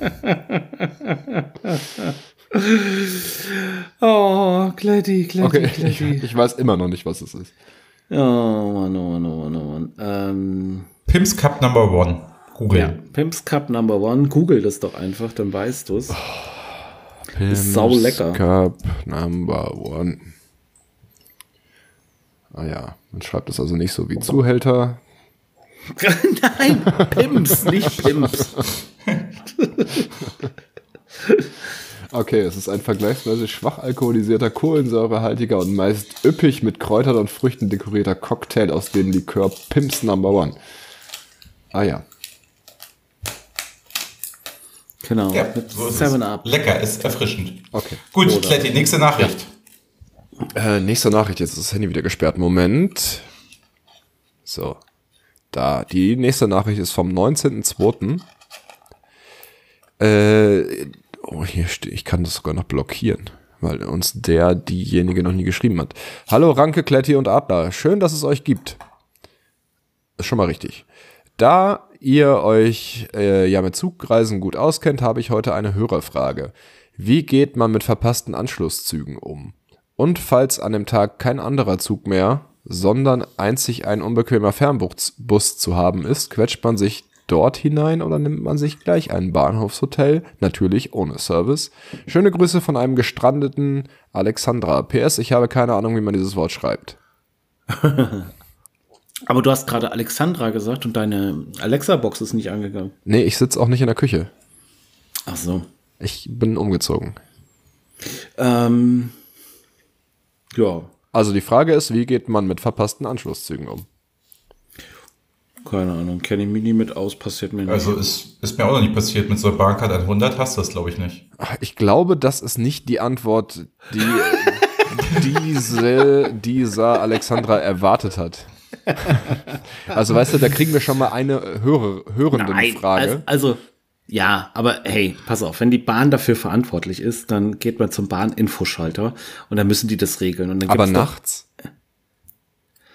Oh, Kletti, Kletti, okay, Kletti. Ich, ich weiß immer noch nicht, was es ist. Oh, Mann, oh, Mann, oh, Mann, oh, Mann. Ähm, Pimps Cup Number One. Google. Ja, Pimps Cup Number One. Google das doch einfach, dann weißt du es. Oh, Pimps sau lecker. Cup Number One. Ah ja, man schreibt es also nicht so wie Zuhälter. Nein, Pimps, nicht Pimps. Okay, es ist ein vergleichsweise schwach alkoholisierter, kohlensäurehaltiger und meist üppig mit Kräutern und Früchten dekorierter Cocktail aus dem Likör Pimps Number One. Ah ja. Genau, ja, so Seven Up. Lecker, ist erfrischend. Okay. Gut, Kletti, nächste Nachricht. Ja. Äh, nächste Nachricht, jetzt ist das Handy wieder gesperrt. Moment. So. Da, die nächste Nachricht ist vom neunzehnten zweiten Äh, oh, hier steht, ich kann das sogar noch blockieren, weil uns der, diejenige noch nie geschrieben hat. Hallo Ranke, Kletti und Adler, schön, dass es euch gibt. Ist schon mal richtig. Da ihr euch äh, ja mit Zugreisen gut auskennt, habe ich heute eine Hörerfrage. Wie geht man mit verpassten Anschlusszügen um? Und falls an dem Tag kein anderer Zug mehr, sondern einzig ein unbequemer Fernbus zu haben ist, quetscht man sich dort hinein oder nimmt man sich gleich ein Bahnhofshotel, natürlich ohne Service. Schöne Grüße von einem gestrandeten Alexandra. P S, ich habe keine Ahnung, wie man dieses Wort schreibt. Aber du hast gerade Alexandra gesagt und deine Alexa-Box ist nicht angegangen. Nee, ich sitze auch nicht in der Küche. Ach so. Ich bin umgezogen. Ähm, ja. Also die Frage ist, wie geht man mit verpassten Anschlusszügen um? Keine Ahnung, kenne ich mich nie mit aus, passiert mir nicht. Also ist, ist mir auch noch nicht passiert, mit so einer Bahncard hundert hast du das, glaube ich, nicht. Ich glaube, das ist nicht die Antwort, die diese, dieser Alexandra erwartet hat. Also weißt du, da kriegen wir schon mal eine Hörer, Hörenden-Frage. Also, also, ja, aber hey, pass auf, wenn die Bahn dafür verantwortlich ist, dann geht man zum Bahn-Infoschalter und dann müssen die das regeln. Und dann aber nachts?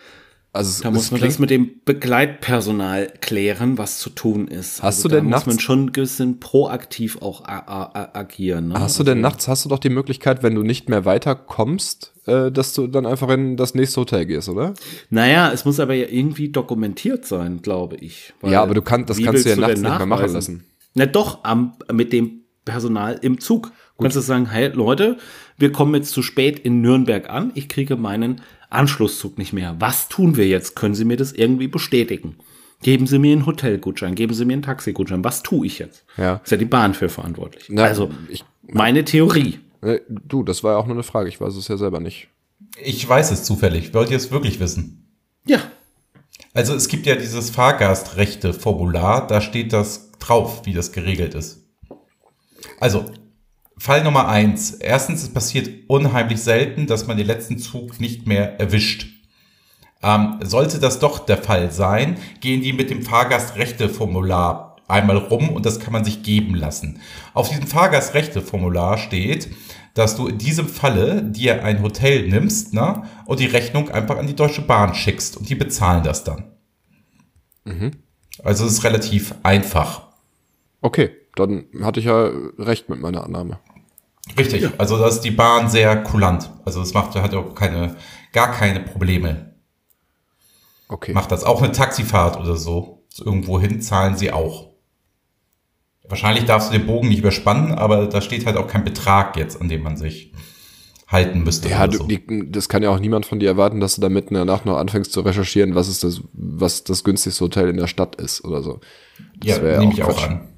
Also da muss man das mit dem Begleitpersonal klären, was zu tun ist. Hast also du denn da nachts muss man schon ein bisschen proaktiv auch a- a- agieren. Ne? Hast also, du denn nachts, hast du doch die Möglichkeit, wenn du nicht mehr weiterkommst, äh, dass du dann einfach in das nächste Hotel gehst, oder? Naja, es muss aber ja irgendwie dokumentiert sein, glaube ich. Ja, aber du kannst, das kannst du ja nachts nicht mehr machen lassen. Na doch, am, mit dem Personal im Zug. Du kannst du sagen, hey Leute, wir kommen jetzt zu spät in Nürnberg an, ich kriege meinen Anschlusszug nicht mehr. Was tun wir jetzt? Können Sie mir das irgendwie bestätigen? Geben Sie mir einen Hotelgutschein, geben Sie mir einen Taxigutschein. Was tue ich jetzt? Ja. Ist ja die Bahn für verantwortlich. Na, also, ich, meine Theorie. Äh, du, das war ja auch nur eine Frage. Ich weiß es ja selber nicht. Ich weiß es zufällig. Wollt ihr es wirklich wissen? Ja. Also es gibt ja dieses Fahrgastrechte-Formular. Da steht das drauf, wie das geregelt ist. Also, Fall Nummer eins. Erstens, es passiert unheimlich selten, dass man den letzten Zug nicht mehr erwischt. Ähm, sollte das doch der Fall sein, gehen die mit dem Fahrgastrechteformular einmal rum und das kann man sich geben lassen. Auf diesem Fahrgastrechteformular steht, dass du in diesem Falle dir ein Hotel nimmst, ne, und die Rechnung einfach an die Deutsche Bahn schickst und die bezahlen das dann. Mhm. Also es ist relativ einfach. Okay, dann hatte ich ja recht mit meiner Annahme. Richtig, ja. Also da ist die Bahn sehr kulant. Also das macht, hat auch keine, gar keine Probleme. Okay. Macht das auch eine Taxifahrt oder so. so irgendwo hin zahlen sie auch. Wahrscheinlich darfst du den Bogen nicht überspannen, aber da steht halt auch kein Betrag jetzt, an dem man sich halten müsste. Ja, oder du, so. die, das kann ja auch niemand von dir erwarten, dass du da mitten in der Nacht noch anfängst zu recherchieren, was ist das, was das günstigste Hotel in der Stadt ist oder so. Das Ja, wär nehme ich auch Quatsch. an.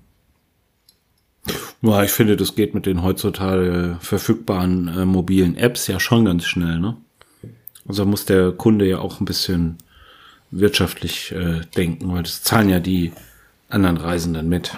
Ja, ich finde, das geht mit den heutzutage verfügbaren äh, mobilen Apps ja schon ganz schnell, ne? Also muss der Kunde ja auch ein bisschen wirtschaftlich äh, denken, weil das zahlen ja die anderen Reisenden mit.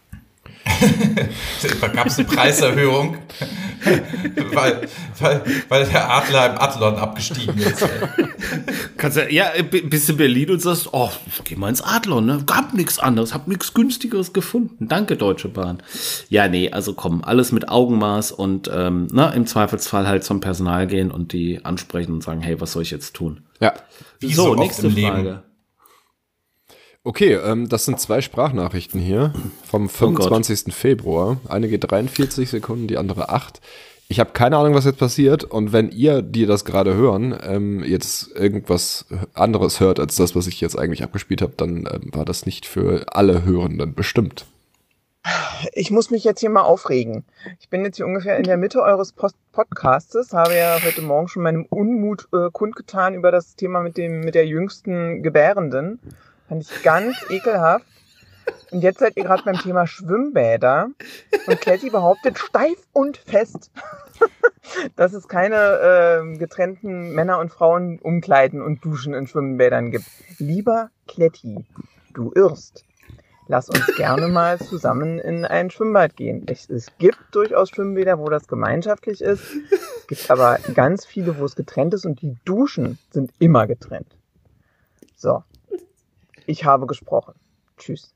Da gab es eine Preiserhöhung, weil, weil, weil der Adler im Adlon abgestiegen ist. Kannst ja, ja, bist in Berlin und sagst, oh, geh mal ins Adlon, ne? Gab nichts anderes, hab nichts günstigeres gefunden. Danke, Deutsche Bahn. Ja, nee, also komm, alles mit Augenmaß und ähm, na, im Zweifelsfall halt zum Personal gehen und die ansprechen und sagen, hey, was soll ich jetzt tun? Ja. Wie so, so oft nächste im Leben. Frage. Okay, ähm, das sind zwei Sprachnachrichten hier vom fünfundzwanzigsten Februar. Eine geht dreiundvierzig Sekunden, die andere acht. Ich habe keine Ahnung, was jetzt passiert. Und wenn ihr, die das gerade hören, ähm, jetzt irgendwas anderes hört als das, was ich jetzt eigentlich abgespielt habe, dann ähm, war das nicht für alle Hörenden bestimmt. Ich muss mich jetzt hier mal aufregen. Ich bin jetzt hier ungefähr in der Mitte eures Post- Podcastes, habe ja heute Morgen schon meinen Unmut äh, kundgetan über das Thema mit dem mit der jüngsten Gebärenden. Fand ich ganz ekelhaft. Und jetzt seid ihr gerade beim Thema Schwimmbäder. Und Kletti behauptet steif und fest, dass es keine äh, getrennten Männer- und Frauen-Umkleiden und Duschen in Schwimmbädern gibt. Lieber Kletti, du irrst. Lass uns gerne mal zusammen in ein Schwimmbad gehen. Es, es gibt durchaus Schwimmbäder, wo das gemeinschaftlich ist. Es gibt aber ganz viele, wo es getrennt ist. Und die Duschen sind immer getrennt. So. Ich habe gesprochen. Tschüss.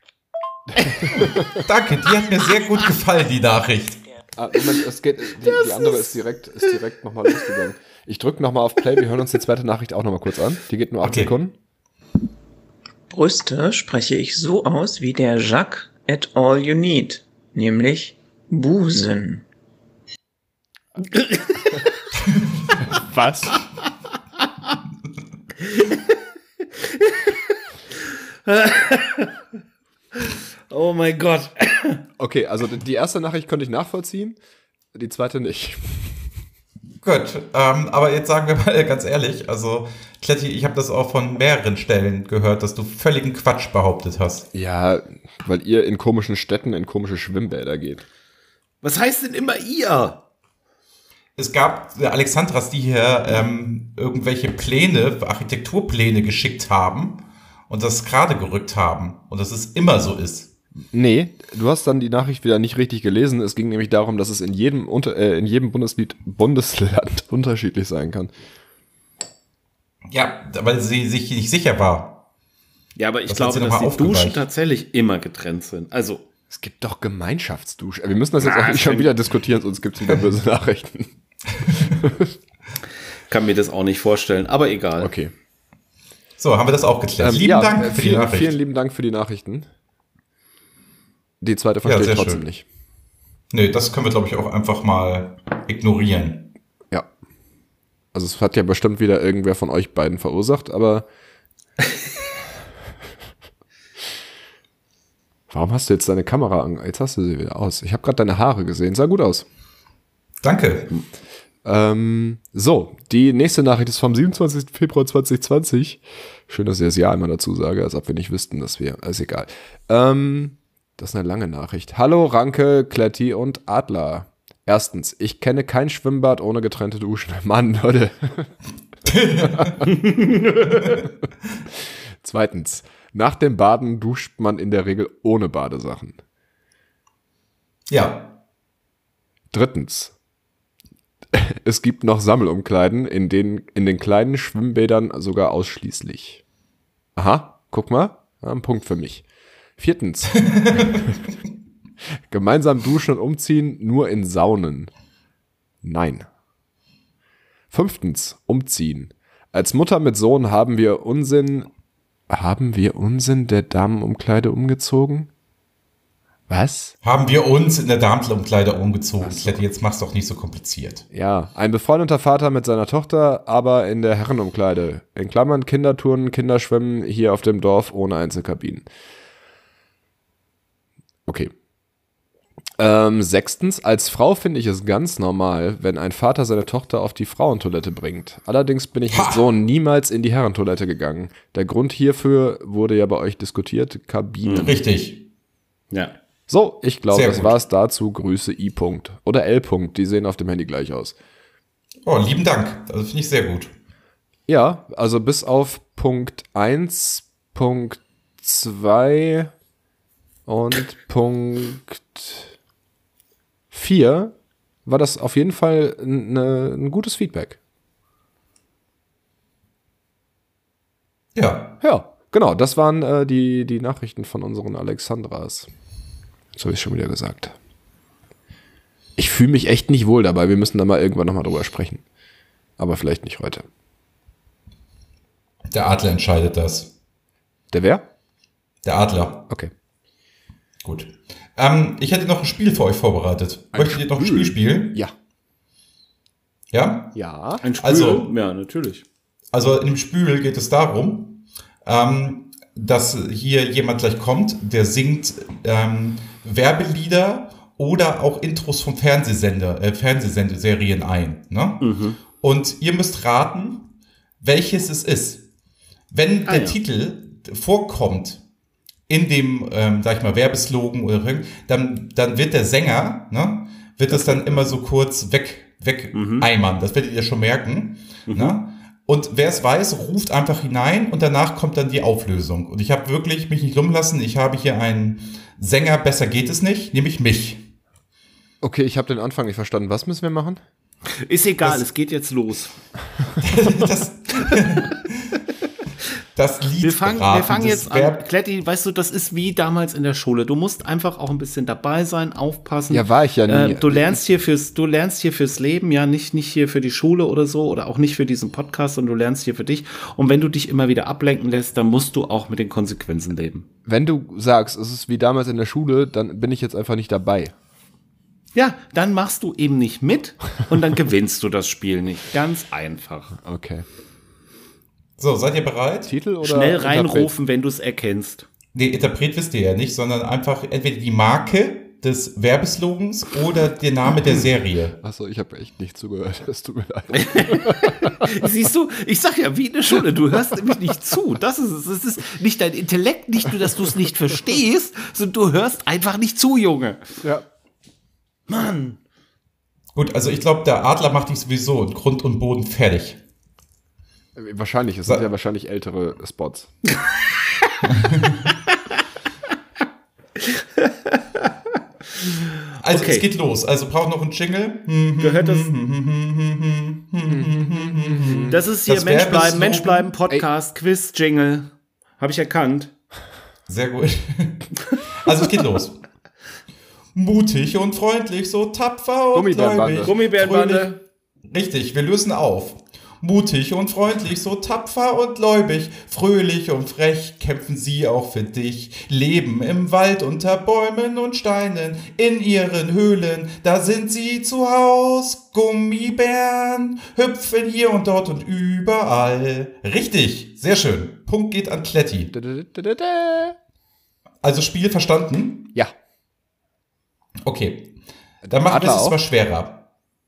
Danke, die hat mir sehr gut gefallen, die Nachricht. Ah, Moment, es geht, die, die andere ist direkt, ist direkt nochmal losgegangen. Ich drücke nochmal auf Play, wir hören uns die zweite Nachricht auch nochmal kurz an. Die geht nur acht Okay. Sekunden. Brüste spreche ich so aus wie der Jacques at all you need, nämlich Busen. Was? Oh mein Gott. Okay, also die erste Nachricht konnte ich nachvollziehen, die zweite nicht. Gut, ähm, aber jetzt sagen wir mal ganz ehrlich, also Kletti, ich habe das auch von mehreren Stellen gehört, dass du völligen Quatsch behauptet hast. Ja, weil ihr in komischen Städten in komische Schwimmbäder geht. Was heißt denn immer ihr? Es gab äh, Alexandras, die hier ähm, irgendwelche Pläne, Architekturpläne geschickt haben und das gerade gerückt haben und dass es immer so ist. Nee, du hast dann die Nachricht wieder nicht richtig gelesen. Es ging nämlich darum, dass es in jedem, unter, äh, in jedem Bundeslied, Bundesland unterschiedlich sein kann. Ja, weil sie sich nicht sicher war. Ja, aber ich Das hat glaube, sie noch dass mal die Duschen aufgeweicht. tatsächlich immer getrennt sind. Also, Es gibt doch Gemeinschaftsduschen. Wir müssen das jetzt Na, auch nicht schon stimmt. wieder diskutieren, sonst gibt es wieder böse Nachrichten. kann mir das auch nicht vorstellen, aber egal. Okay. So, haben wir das auch geklärt. Ähm, lieben ja, Dank äh, für vielen, die Nachricht. Vielen lieben Dank für die Nachrichten. Die zweite verstehe Ja, ich trotzdem schön. nicht. Nee, das können wir, glaube ich, auch einfach mal ignorieren. Ja. Also es hat ja bestimmt wieder irgendwer von euch beiden verursacht, aber warum hast du jetzt deine Kamera an? Jetzt hast du sie wieder aus. Ich habe gerade deine Haare gesehen. Sah gut aus. Danke. Ähm, so, die nächste Nachricht ist vom siebenundzwanzigsten Februar zweitausendzwanzig. Schön, dass ich das Jahr einmal dazu sage, als ob wir nicht wüssten, dass wir... Ist egal. Ähm, das ist eine lange Nachricht. Hallo Ranke, Kletti und Adler. Erstens, ich kenne kein Schwimmbad ohne getrennte Duschen. Mann, Leute. Zweitens, nach dem Baden duscht man in der Regel ohne Badesachen. Ja. Drittens, es gibt noch Sammelumkleiden, in denen in den kleinen Schwimmbädern sogar ausschließlich. Aha, guck mal, ein Punkt für mich. Viertens, gemeinsam duschen und umziehen nur in Saunen. Nein. Fünftens, umziehen. Als Mutter mit Sohn haben wir Unsinn, haben wir Unsinn der Damenumkleide umgezogen? Was? Haben wir uns in der Damenumkleide umgezogen. So. Kletti, jetzt mach's doch nicht so kompliziert. Ja, ein befreundeter Vater mit seiner Tochter, aber in der Herrenumkleide. In Klammern Kindertouren, Kinderschwimmen hier auf dem Dorf ohne Einzelkabinen. Okay. Ähm, sechstens, als Frau finde ich es ganz normal, wenn ein Vater seine Tochter auf die Frauentoilette bringt. Allerdings bin ich ha. mit Sohn niemals in die Herrentoilette gegangen. Der Grund hierfür wurde ja bei euch diskutiert, Kabinen. Richtig. Ja. So, ich glaube, Sehr das gut. war es dazu. Grüße I. -Punkt. Oder L. -Punkt. Die sehen auf dem Handy gleich aus. Oh, lieben Dank. Das finde ich sehr gut. Ja, also bis auf Punkt eins, Punkt zwei und Punkt vier war das auf jeden Fall eine, ein gutes Feedback. Ja. Ja, genau. Das waren äh, die, die Nachrichten von unseren Alexandras. Das habe ich schon wieder gesagt. Ich fühle mich echt nicht wohl dabei. Wir müssen da mal irgendwann nochmal drüber sprechen. Aber vielleicht nicht heute. Der Adler entscheidet das. Der wer? Der Adler. Okay. Gut. Ähm, ich hätte noch ein Spiel für euch vorbereitet. Ein Möchtet ihr noch ein Spiel spielen? Ja. Ja? Ja. Ein Spiel? Also, ja, natürlich. Also in dem Spiel geht es darum, ähm, dass hier jemand gleich kommt, der singt ähm, Werbelieder oder auch Intros vom Fernsehsender, äh, Fernsehserien ein. Ne? Mhm. Und ihr müsst raten, welches es ist. Wenn ah, der ja. Titel vorkommt in dem, ähm, sag ich mal, Werbeslogan oder irgend, dann, dann wird der Sänger, ne, wird das dann immer so kurz weg, weg mhm. eimern. Das werdet ihr schon merken. Mhm. Ne? Und wer es weiß, ruft einfach hinein und danach kommt dann die Auflösung. Und ich habe wirklich mich nicht lumpen lassen. Ich habe hier einen Sänger, besser geht es nicht, nämlich mich. Okay, ich habe den Anfang nicht verstanden. Was müssen wir machen? Ist egal, das, es geht jetzt los. das, das Lied Wir fangen, beraten, wir fangen jetzt Verb- an. Kletti, weißt du, das ist wie damals in der Schule. Du musst einfach auch ein bisschen dabei sein, aufpassen. Ja, war ich ja nie. Äh, du lernst hier fürs, du lernst hier fürs Leben, ja, nicht, nicht hier für die Schule oder so oder auch nicht für diesen Podcast, sondern du lernst hier für dich. Und wenn du dich immer wieder ablenken lässt, dann musst du auch mit den Konsequenzen leben. Wenn du sagst, es ist wie damals in der Schule, dann bin ich jetzt einfach nicht dabei. Ja, dann machst du eben nicht mit und dann gewinnst du das Spiel nicht. Ganz einfach. Okay. So, seid ihr bereit? Titel oder Schnell Interpret? reinrufen, wenn du es erkennst. Nee, Interpret wisst ihr ja nicht, sondern einfach entweder die Marke des Werbeslogans oder der Name der Serie. Achso, ich habe echt nicht zugehört. Es tut mir leid. Siehst du, ich sag ja, wie in der Schule, du hörst nämlich nicht zu. Das ist es. Es ist nicht dein Intellekt, nicht nur, dass du es nicht verstehst, sondern du hörst einfach nicht zu, Junge. Ja. Mann. Gut, also ich glaube, der Adler macht dich sowieso in Grund und Boden fertig. Wahrscheinlich, es sind ja wahrscheinlich ältere Spots. Also Okay. es geht los. Also braucht noch ein Jingle. Gehört das? Das ist hier Das Mensch Werbeslogan- bleiben, Mensch bleiben, Podcast, Quiz, Jingle. Habe ich erkannt. Sehr gut. Also es geht los. Mutig und freundlich, so tapfer und Gummibärenbande. gläubig. Gummibärenbande. Fröhlich. Richtig, wir lösen auf. Mutig und freundlich, so tapfer und gläubig, fröhlich und frech kämpfen sie auch für dich. Leben im Wald unter Bäumen und Steinen, in ihren Höhlen, da sind sie zu Haus. Gummibären hüpfen hier und dort und überall. Richtig, sehr schön. Punkt geht an Kletti. Also Spiel verstanden? Ja. Okay. Dann machen wir es Adler mal schwerer.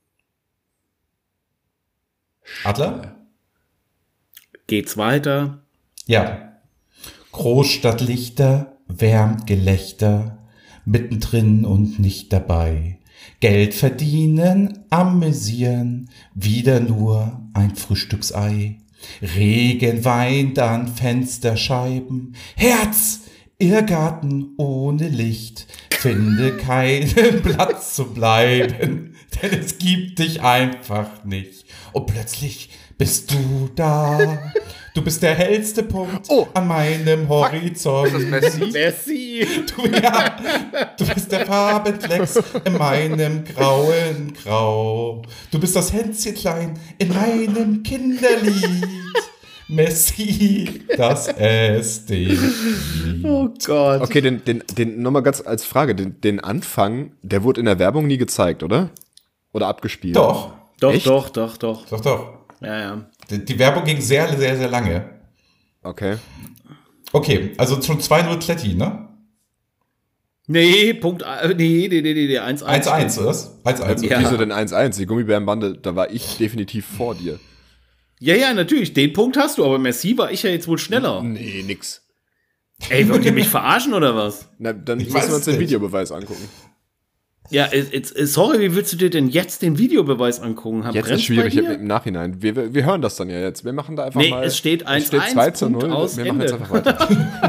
Adler? Geht's weiter? Ja. Großstadtlichter, wärmt Gelächter, mittendrin und nicht dabei. Geld verdienen, amüsieren, wieder nur ein Frühstücksei. Regen weint an Fensterscheiben, Herz, Irrgarten ohne Licht. Finde keinen Platz zu bleiben, denn es gibt dich einfach nicht. Und plötzlich bist du da. Du bist der hellste Punkt oh. an meinem Horizont. Ist das Messi? Messi! Du, ja, du bist der Farbenklecks in meinem grauen Grau. Du bist das Hänschen klein in meinem Kinderlied. Messi, das es dich liebt. Oh Gott. Okay, den, den, den nochmal ganz als Frage, den, den Anfang, der wurde in der Werbung nie gezeigt, oder? Oder abgespielt? Doch. Doch, Echt? doch, doch, doch. Doch, doch. Ja, ja. Die, die Werbung ging sehr, sehr, sehr lange. Okay. Okay, also schon zwei null Kletti, ne? Nee, Punkt, äh, nee, nee, nee, nee, eins eins. eins eins, oder? eins eins. Ja. Wieso denn eins eins? Die Gummibärenbande, da war ich definitiv vor dir. Ja, ja, natürlich, den Punkt hast du, aber Messi war ich ja jetzt wohl schneller. Nee, nix. Ey, wollt ihr mich verarschen oder was? Na, dann Ich müssen weiß wir uns den nicht. Videobeweis angucken. Ja, jetzt, sorry, wie willst du dir denn jetzt den Videobeweis angucken? Hab, Jetzt ist brennt's schwierig bei dir? im Nachhinein. Wir, wir, wir hören das dann ja jetzt. Wir machen da einfach Nee, mal. es steht eins eins, zwei zu Punkt null. aus, Wir machen jetzt Ende. einfach weiter.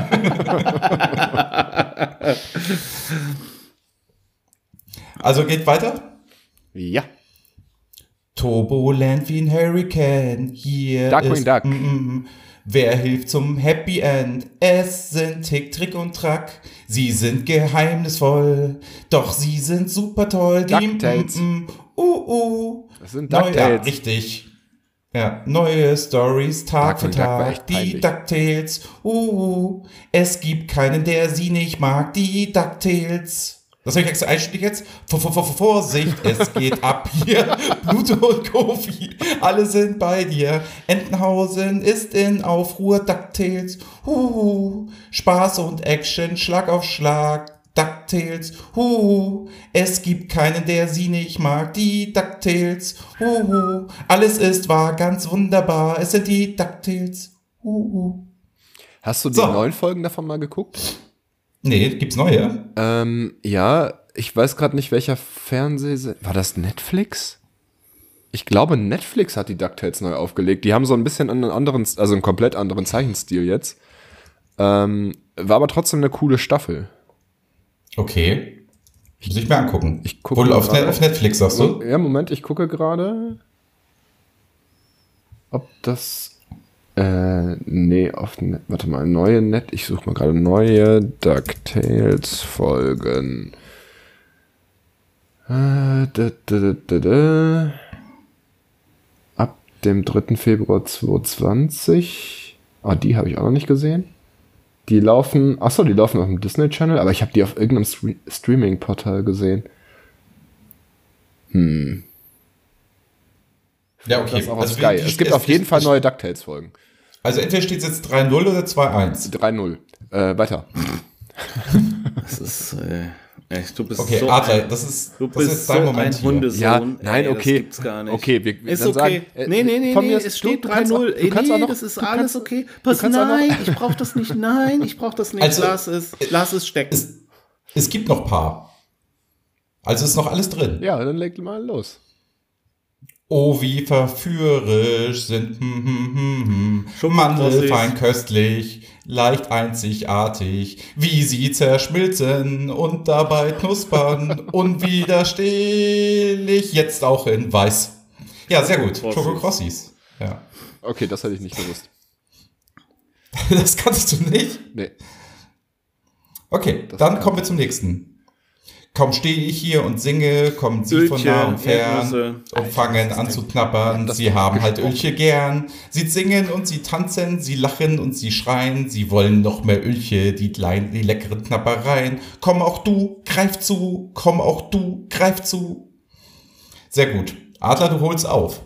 Also geht weiter? Ja. Turboland wie ein Hurricane. Hier Darkwing ist Duck. Mm, mm, wer hilft zum Happy End? Es sind Tick, Trick und Track. Sie sind geheimnisvoll, doch sie sind super toll. Die DuckTales. mm, mm, uh, uh. Das sind Neu, ja, DuckTales. richtig. Ja, neue Stories Tag für Darkwing Duck war echt Tag. Die peinlich. DuckTales. Uh, uh. Es gibt keinen, der sie nicht mag. Die DuckTales. Das habe ich extra einstieg jetzt. Vor, vor, vor, Vorsicht, es geht ab hier. Pluto und Kofi, alle sind bei dir. Entenhausen ist in Aufruhr. DuckTales. Uh, Spaß und Action, Schlag auf Schlag. DuckTales. Uh, es gibt keinen, der sie nicht mag. Die DuckTales. Uh, alles ist wahr, ganz wunderbar. Es sind die DuckTales. Uh. Hast du die So. neuen Folgen davon mal geguckt? Nee, gibt's neue? Ähm, ja, ich weiß gerade nicht, welcher Fernseh... War das Netflix? Ich glaube, Netflix hat die DuckTales neu aufgelegt. Die haben so ein bisschen einen anderen, also einen komplett anderen Zeichenstil jetzt. Ähm, war aber trotzdem eine coole Staffel. Okay. Muss ich mir angucken. Ich gucke Wohl auf, gerade. Net- auf Netflix, sagst du? Ja, Moment, ich gucke gerade, ob das... Äh, nee, auf Net, warte mal, neue Net, ich suche mal gerade neue DuckTales-Folgen. Äh, da, da, da, da, da. Ab dem dritten Februar zweitausendzwanzig. Ah, die habe ich auch noch nicht gesehen. Die laufen, achso, die laufen auf dem Disney Channel, aber ich habe die auf irgendeinem Stre- Streaming-Portal gesehen. Hm. Ja, okay. Das ist auch auf Also Sky. die- Es gibt es- auf jeden es- Fall neue DuckTales-Folgen. Also entweder steht es jetzt drei null oder zwei eins. drei null. Äh, weiter. Das ist, äh, echt, du bist Okay, so Adler, ein, das ist, du das ist bist jetzt so dein ein Moment hier. Hundesohn. Ja, Ey, nein, das okay. gibt's gar nicht. Okay, wir, Ist dann okay. sagen, äh, nee, nee, nee, von nee, mir es ist- steht du- du kannst drei null. auch- du kannst nee, auch noch- das ist du alles kannst- okay. du Pass, kannst auch noch- nein, ich brauch das nicht. Nein, ich brauch das nicht. Also, lass es, lass es stecken. Es, es gibt noch ein paar. Also ist noch alles drin. Ja, dann leg mal los. Oh, wie verführerisch sind hm, hm, hm, hm. Schokokrossis. Mandel fein köstlich, leicht einzigartig, wie sie zerschmilzen und dabei knuspern, unwiderstehlich, jetzt auch in weiß. Ja, sehr gut. Krossis. Schokokrossis. Ja. Okay, das hätte ich nicht gewusst. Das kannst du nicht? Nee. Okay, Das dann kann kommen wir zum nächsten. Kaum stehe ich hier und singe, kommen sie Ölchen, von nah und fern Erdnüsse. und fangen an zu knabbern. Sie haben halt Ölche gern. Sie singen und sie tanzen, sie lachen und sie schreien. Sie wollen noch mehr Ölche, die kleinen, die leckeren Knabbereien. Komm auch du, greif zu, komm auch du, greif zu. Sehr gut. Adler, du holst auf.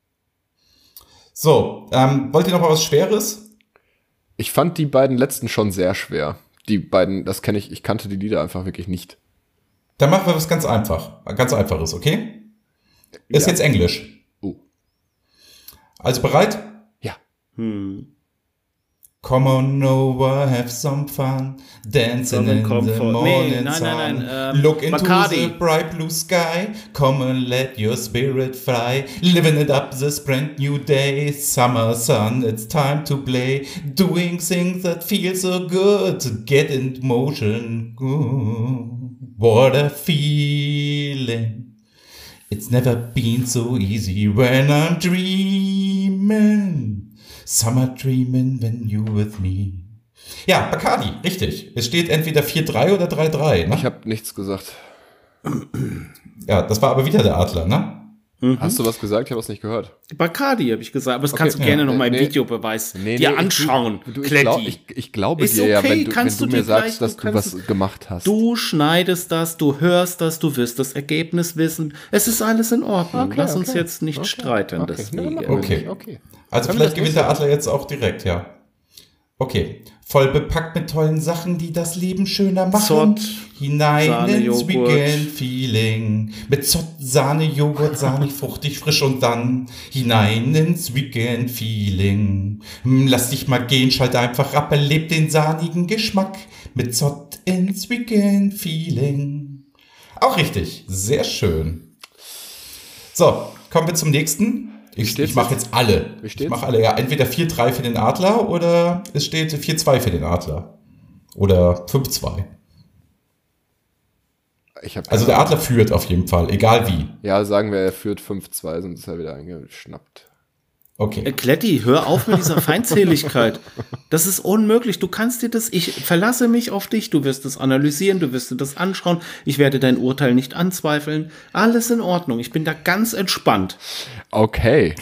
So, ähm, wollt ihr noch mal was Schweres? Ich fand die beiden letzten schon sehr schwer. Die beiden, das kenne ich, ich kannte die Lieder einfach wirklich nicht. Dann machen wir was ganz einfach. Ganz einfaches, okay? Ist Ja. jetzt Englisch. Oh. Also bereit? Ja. Hm. Come on over, have some fun, dancing Southern in the Comfort. morning Nee, nein, sun. nein, nein, ähm, Look into Bacardi. the bright blue sky. Come and let your spirit fly. Living it up this brand new day. Summer sun, it's time to play. Doing things that feel so good. To get in motion. Ooh, what a feeling. It's never been so easy when I'm dreaming. Summer dreaming when you with me. Ja, Bacardi, richtig. Es steht entweder vier drei oder drei drei, ne? Ich habe nichts gesagt. Ja, das war aber wieder der Adler, ne? Mhm. Hast du was gesagt? Ich habe es nicht gehört. Bacardi, habe ich gesagt. Aber das Okay, kannst du ja, gerne noch mal im nee, Videobeweis Nee, dir nee, anschauen. Ich, du, ich, Kletti. glaub, ich, ich glaube Ist dir ja, okay, wenn du, wenn kannst du du mir dir gleich- sagst, dass du du, kannst- was gemacht hast. Du schneidest das, du hörst das, du wirst das Ergebnis wissen. Es ist alles in Ordnung. Okay, Lass uns okay. jetzt nicht Okay, streiten okay. deswegen. Nee, Okay. okay. Also Können wir vielleicht das gewinnt der nächste- Adler jetzt auch direkt, ja. Okay. Voll bepackt mit tollen Sachen, die das Leben schöner machen. Zott, Hinein Sahne, ins Joghurt. Weekend-Feeling. Mit Zott, Sahne, Joghurt, sahnig, fruchtig, frisch und dann hinein ins Weekend-Feeling. Hm, lass dich mal gehen, schalt einfach ab, erleb den sahnigen Geschmack. Mit Zott ins Weekend-Feeling. Auch richtig. Sehr schön. So, kommen wir zum nächsten. Ich, steht's ich mache jetzt alle. Wie Ich steht's? mache alle, ja. Entweder vier drei für den Adler oder es steht vier zwei für den Adler. Oder fünf zwei. Ich hab Also der Adler führt auf jeden Fall, egal wie. Ja, sagen wir, er führt fünf zwei, sonst ist er wieder eingeschnappt. Äh, Okay. Kletti, hör auf mit dieser Feindseligkeit. Das ist unmöglich. Du kannst dir das, ich verlasse mich auf dich, du wirst es analysieren, du wirst dir das anschauen, ich werde dein Urteil nicht anzweifeln. Alles in Ordnung. Ich bin da ganz entspannt. Okay.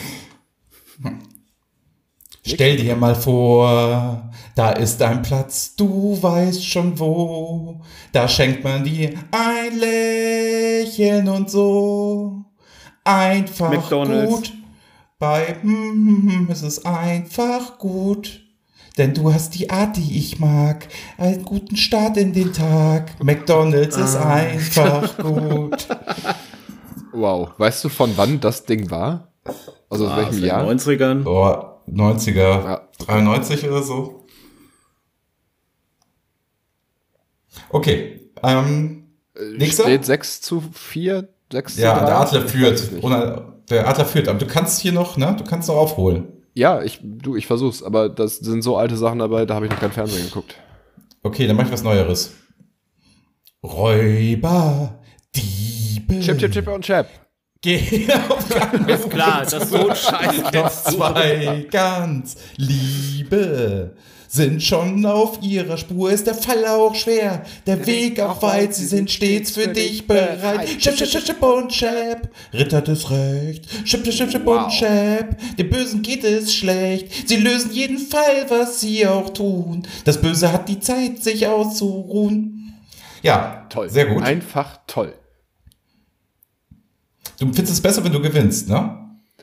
Stell dir mal vor, da ist ein Platz, du weißt schon wo. Da schenkt man dir ein Lächeln und so. Einfach McDonald's. gut. Bei mm, es ist einfach gut. Denn du hast die Art, die ich mag. Einen guten Start in den Tag. McDonald's ist Ah. einfach gut. Wow. Weißt du, von wann das Ding war? Also aus Ah, aus welchem den Jahr? neunzigern. Boah, neunziger, Ja. dreiundneunzig oder so. Okay. Ähm, nächster? Steht sechs zu vier, sechs zu Ja, drei? der Adler Ich weiß führt. es nicht. Oder der Adler führt. Aber du kannst hier noch, ne? Du kannst noch aufholen. Ja, ich, du, ich versuch's, aber das sind so alte Sachen dabei, da habe ich noch kein Fernsehen geguckt. Okay, dann mach ich was Neueres. Räuber, Diebe. Chip, Chip, Chip und Chap. Geh auf Gang. Ist klar, das ist so ein Scheiß. Noch zwei ganz Liebe sind schon auf ihrer Spur. Ist der Fall auch schwer, der Weg auch weit. Sie sind stets für dich bereit. Chip, Chip, Chip, Chip und Chap, Ritter des Rechts. Chip, Chip, Chip, Chip und Chap, dem Bösen geht es schlecht. Sie lösen jeden Fall, was sie auch tun. Das Böse hat die Zeit, sich auszuruhen. Ja, Toll. sehr gut. Einfach toll. Du findest es besser, wenn du gewinnst, ne?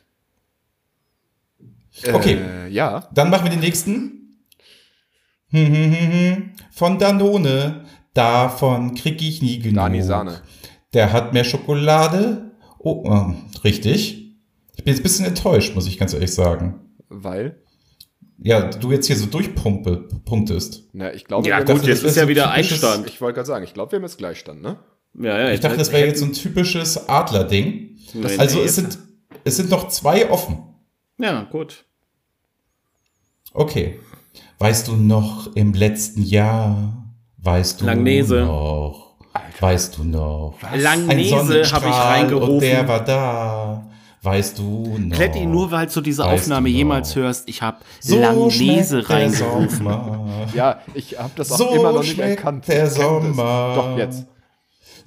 Okay. Äh, ja. Dann machen wir den nächsten. Hm, hm, hm, hm. Von Danone. Davon krieg ich nie genug. Dani Sahne. Der hat mehr Schokolade. Oh, ähm, richtig. Ich bin jetzt ein bisschen enttäuscht, muss ich ganz ehrlich sagen. Weil? Ja, du jetzt hier so durchpunktest. Na, ich glaube, Ja wir gut, haben jetzt das ist ja so wieder typisches- Einstand. Ich wollte gerade sagen, ich glaube, wir haben jetzt Gleichstand, ne? Ja, ja, Ich dachte, das wäre jetzt so ein typisches Adler-Ding. Nee, Also nee, es sind, es sind noch zwei offen. Ja, gut. Okay. Weißt du noch im letzten Jahr? Weißt du Langnese. noch? Weißt du noch? Ein Langnese habe ich Sonnenstrahl und der reingerufen. war da. Weißt du noch? Kletti, nur weil du diese Weißt Aufnahme du noch? jemals hörst, ich habe So Langnese schmeckt der reingerufen. Sommer. Ja, ich habe das auch So immer noch nicht schmeckt erkannt. der Ich kenn das. Sommer. Doch, jetzt.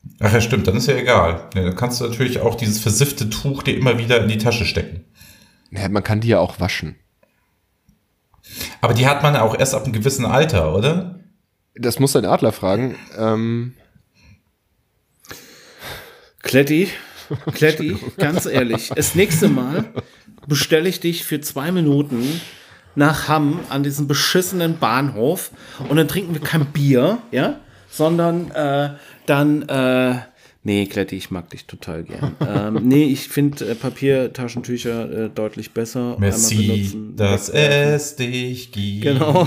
Ach ja, stimmt, dann ist ja egal. Ja, dann kannst du natürlich auch dieses versiffte Tuch dir immer wieder in die Tasche stecken. Ja, man kann die ja auch waschen. Aber die hat man auch erst ab einem gewissen Alter, oder? Das muss dein Adler fragen. Ähm Kletti, Kletti, ganz ehrlich, das nächste Mal bestelle ich dich für zwei Minuten nach Hamm an diesem beschissenen Bahnhof und dann trinken wir kein Bier, ja, sondern äh, dann, äh, nee, Kletti, ich mag dich total gern. ähm, nee, ich finde äh, Papiertaschentücher äh, deutlich besser. Merci, dass es dich gibt. Genau.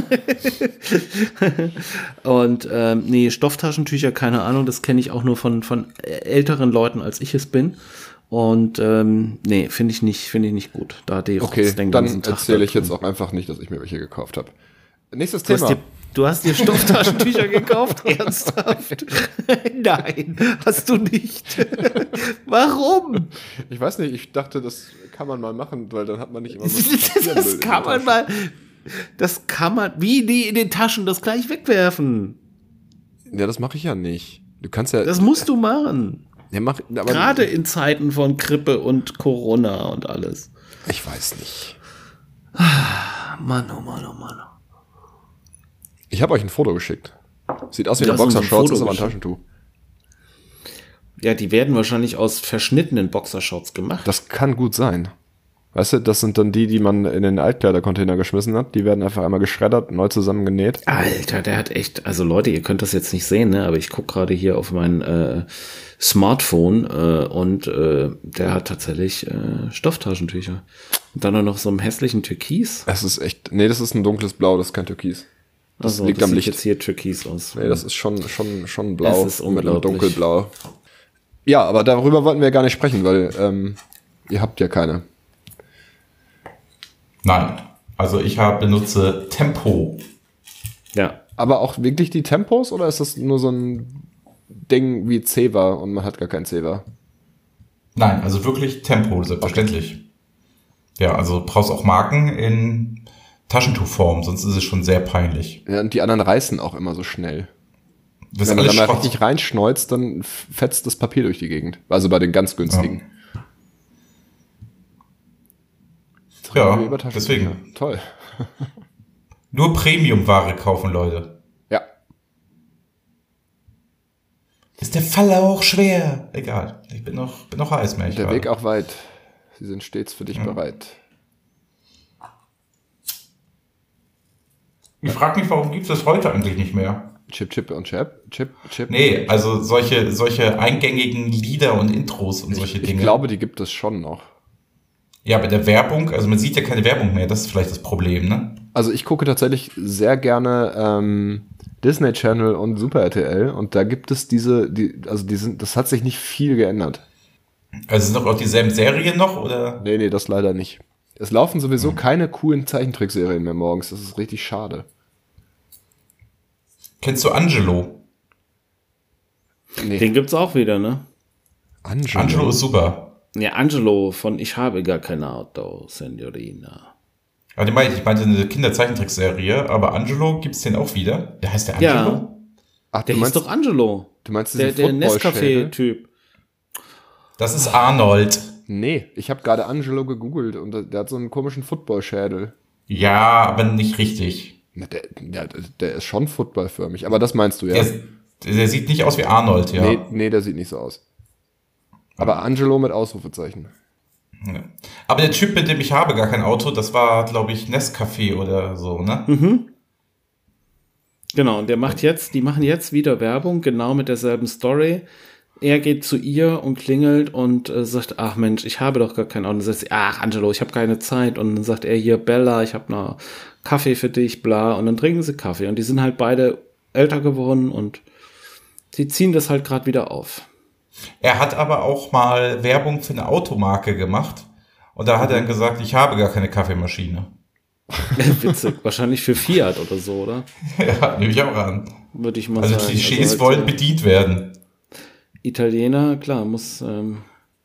Und ähm, nee, Stofftaschentücher, keine Ahnung, das kenne ich auch nur von, von älteren Leuten, als ich es bin. Und ähm, nee, finde ich nicht, finde ich nicht gut. Da die okay, dann erzähle ich jetzt auch einfach nicht, dass ich mir welche gekauft habe. Nächstes Thema. Du hast dir, du hast dir Stofftaschentücher gekauft? Ernsthaft? Nein, hast du nicht. Warum? Ich weiß nicht, ich dachte, das kann man mal machen, weil dann hat man nicht immer so Das kann man mal, das kann man, wie die in den Taschen das gleich wegwerfen. Ja, das mache ich ja nicht. Du kannst ja. Das musst du machen. Ja, mach, aber gerade in Zeiten von Grippe und Corona und alles. Ich weiß nicht. Mann, oh Mann, oh Mann. Ich habe euch ein Foto geschickt. Sieht aus wie eine Boxershorts, ist aber ein Taschentuch. Ja, die werden wahrscheinlich aus verschnittenen Boxershorts gemacht. Das kann gut sein. Weißt du, das sind dann die, die man in den Altkleidercontainer geschmissen hat. Die werden einfach einmal geschreddert, neu zusammengenäht. Alter, der hat echt, also Leute, ihr könnt das jetzt nicht sehen, ne? Aber ich gucke gerade hier auf mein äh, Smartphone äh, und äh, der hat tatsächlich äh, Stofftaschentücher. Und dann noch so einem hässlichen Türkis. Es ist echt, nee, das ist ein dunkles Blau, das ist kein Türkis. Das also, liegt das am sieht Licht. Jetzt hier Türkis aus. Nee, das ist schon, schon, schon blau. Das ist mit einem unglaublich. dunkelblau. Ja, aber darüber wollten wir gar nicht sprechen, weil ähm, ihr habt ja keine. Nein, also ich hab, benutze Tempo. Ja. Aber auch wirklich die Tempos oder ist das nur so ein Ding wie Zewa und man hat gar kein Zewa? Nein, also wirklich Tempo, selbstverständlich. Ja, also du brauchst auch Marken in Taschentuchform, sonst ist es schon sehr peinlich. Ja, und die anderen reißen auch immer so schnell. Das Wenn ist man alles da mal Schrott. richtig reinschneuzt, dann fetzt das Papier durch die Gegend. Also bei den ganz günstigen. Ja, Ja, ja deswegen. Toll. Nur Premium-Ware kaufen, Leute. Ja. Ist der Fall auch schwer? Egal, ich bin noch, bin noch heiß, mehr. Der Weg auch weit. Sie sind stets für dich Ja. bereit. Ich frage mich, warum gibt es das heute eigentlich nicht mehr? Chip, Chip und Chap? Chip, Chip? Nee, also solche, solche eingängigen Lieder und Intros und solche ich, Dinge. Ich glaube, die gibt es schon noch. Ja, bei der Werbung, also man sieht ja keine Werbung mehr, das ist vielleicht das Problem, ne? Also ich gucke tatsächlich sehr gerne ähm, Disney Channel und Super R T L und da gibt es diese, die, also die sind, das hat sich nicht viel geändert. Also sind doch auch dieselben Serien noch, oder? Nee, nee, das leider nicht. Es laufen sowieso hm. keine coolen Zeichentrickserien mehr morgens, das ist richtig schade. Kennst du Angelo? Nee. Den gibt's auch wieder, ne? Angelo, Angelo ist super. Ja, Angelo von Ich habe gar kein Auto, Signorina. Ja, die meinte, ich meinte eine Kinderzeichentrickserie, aber Angelo gibt's den auch wieder? Der heißt der Angelo? Ja. Ach, der hieß doch Angelo. Du meinst der, der Nescafé-Typ. Das ist Arnold. Nee, ich habe gerade Angelo gegoogelt und der, der hat so einen komischen Football-Schädel. Ja, aber nicht richtig. Na, der, der, der ist schon footballförmig, aber das meinst du, ja? Der, der sieht nicht aus wie Arnold, ja. Nee, nee, der sieht nicht so aus. Aber Angelo mit Ausrufezeichen. Ja. Aber der Typ, mit dem ich habe gar kein Auto, das war, glaube ich, Nescafé oder so, ne? Mhm. Genau, und der macht jetzt, die machen jetzt wieder Werbung, genau mit derselben Story. Er geht zu ihr und klingelt und äh, sagt, ach Mensch, ich habe doch gar kein Auto. Und dann sagt sie, ach Angelo, ich habe keine Zeit. Und dann sagt er hier, Bella, ich habe noch Kaffee für dich, bla. Und dann trinken sie Kaffee. Und die sind halt beide älter geworden und sie ziehen das halt gerade wieder auf. Er hat aber auch mal Werbung für eine Automarke gemacht. Und da hat er dann gesagt, ich habe gar keine Kaffeemaschine. Witzig, wahrscheinlich für Fiat oder so, oder? Ja, nehme ich auch an. Würde ich mal also sagen. Klischees also halt, wollen bedient werden. Italiener, klar, muss... Ähm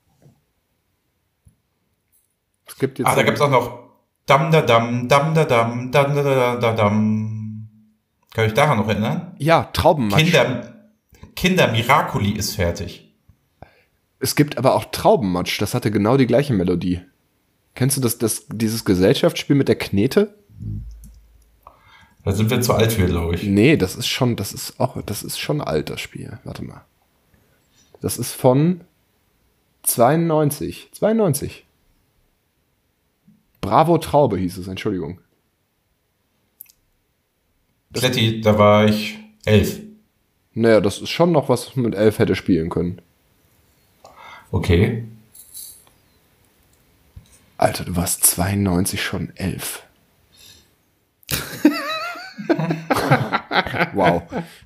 es gibt jetzt ah, da gibt es auch noch Dam da Dam, Dam da Dam, Dam da da da Dam. Kann ich daran noch erinnern? Ja, Traubenmatsch. Kinder, Kinder Miracoli ist fertig. Es gibt aber auch Traubenmatsch, das hatte genau die gleiche Melodie. Kennst du das, das dieses Gesellschaftsspiel mit der Knete? Da sind wir zu alt für, glaube ich. Nee, das ist schon, das ist auch, das ist schon alt, das Spiel. Warte mal. Das ist von zweiundneunzig. zweiundneunzig. Bravo Traube hieß es, Entschuldigung. Kletti, da war ich elf. Naja, das ist schon noch was, was man mit elf hätte spielen können. Okay. Alter, du warst zweiundneunzig schon elf. Wow.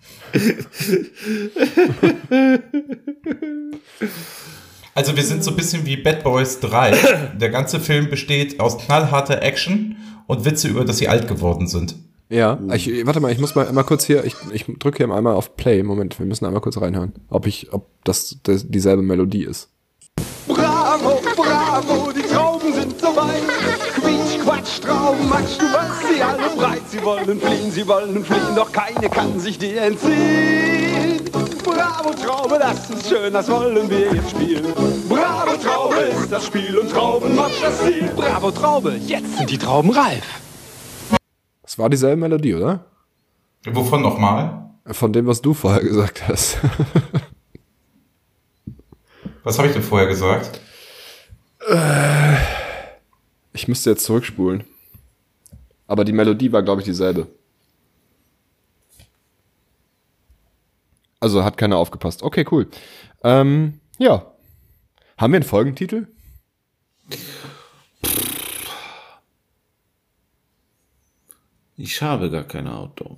Also wir sind so ein bisschen wie Bad Boys drei. Der ganze Film besteht aus knallharter Action und Witze über, dass sie alt geworden sind. Ja, ich, warte mal, ich muss mal einmal kurz hier, ich, ich drücke hier einmal auf Play. Moment, wir müssen einmal kurz reinhören, ob ich, ob das, das dieselbe Melodie ist. Bravo, bravo, die Trauben sind so weit. Quietsch, Quatsch, Trauben, Matsch, du machst sie alle breit. Sie wollen fliehen, sie wollen fliehen, doch keine kann sich dir entziehen. Bravo, Traube, das ist schön, das wollen wir jetzt spielen. Bravo, Traube ist das Spiel und Traubenmatsch das Ziel. Bravo, Traube, jetzt sind die Trauben reif. Das war dieselbe Melodie, oder? Wovon nochmal? Von dem, was du vorher gesagt hast. Was habe ich denn vorher gesagt? Ich müsste jetzt zurückspulen. Aber die Melodie war, glaube ich, dieselbe. Also hat keiner aufgepasst. Okay, cool. Ähm, ja. Haben wir einen Folgentitel? Ich habe gar kein Auto.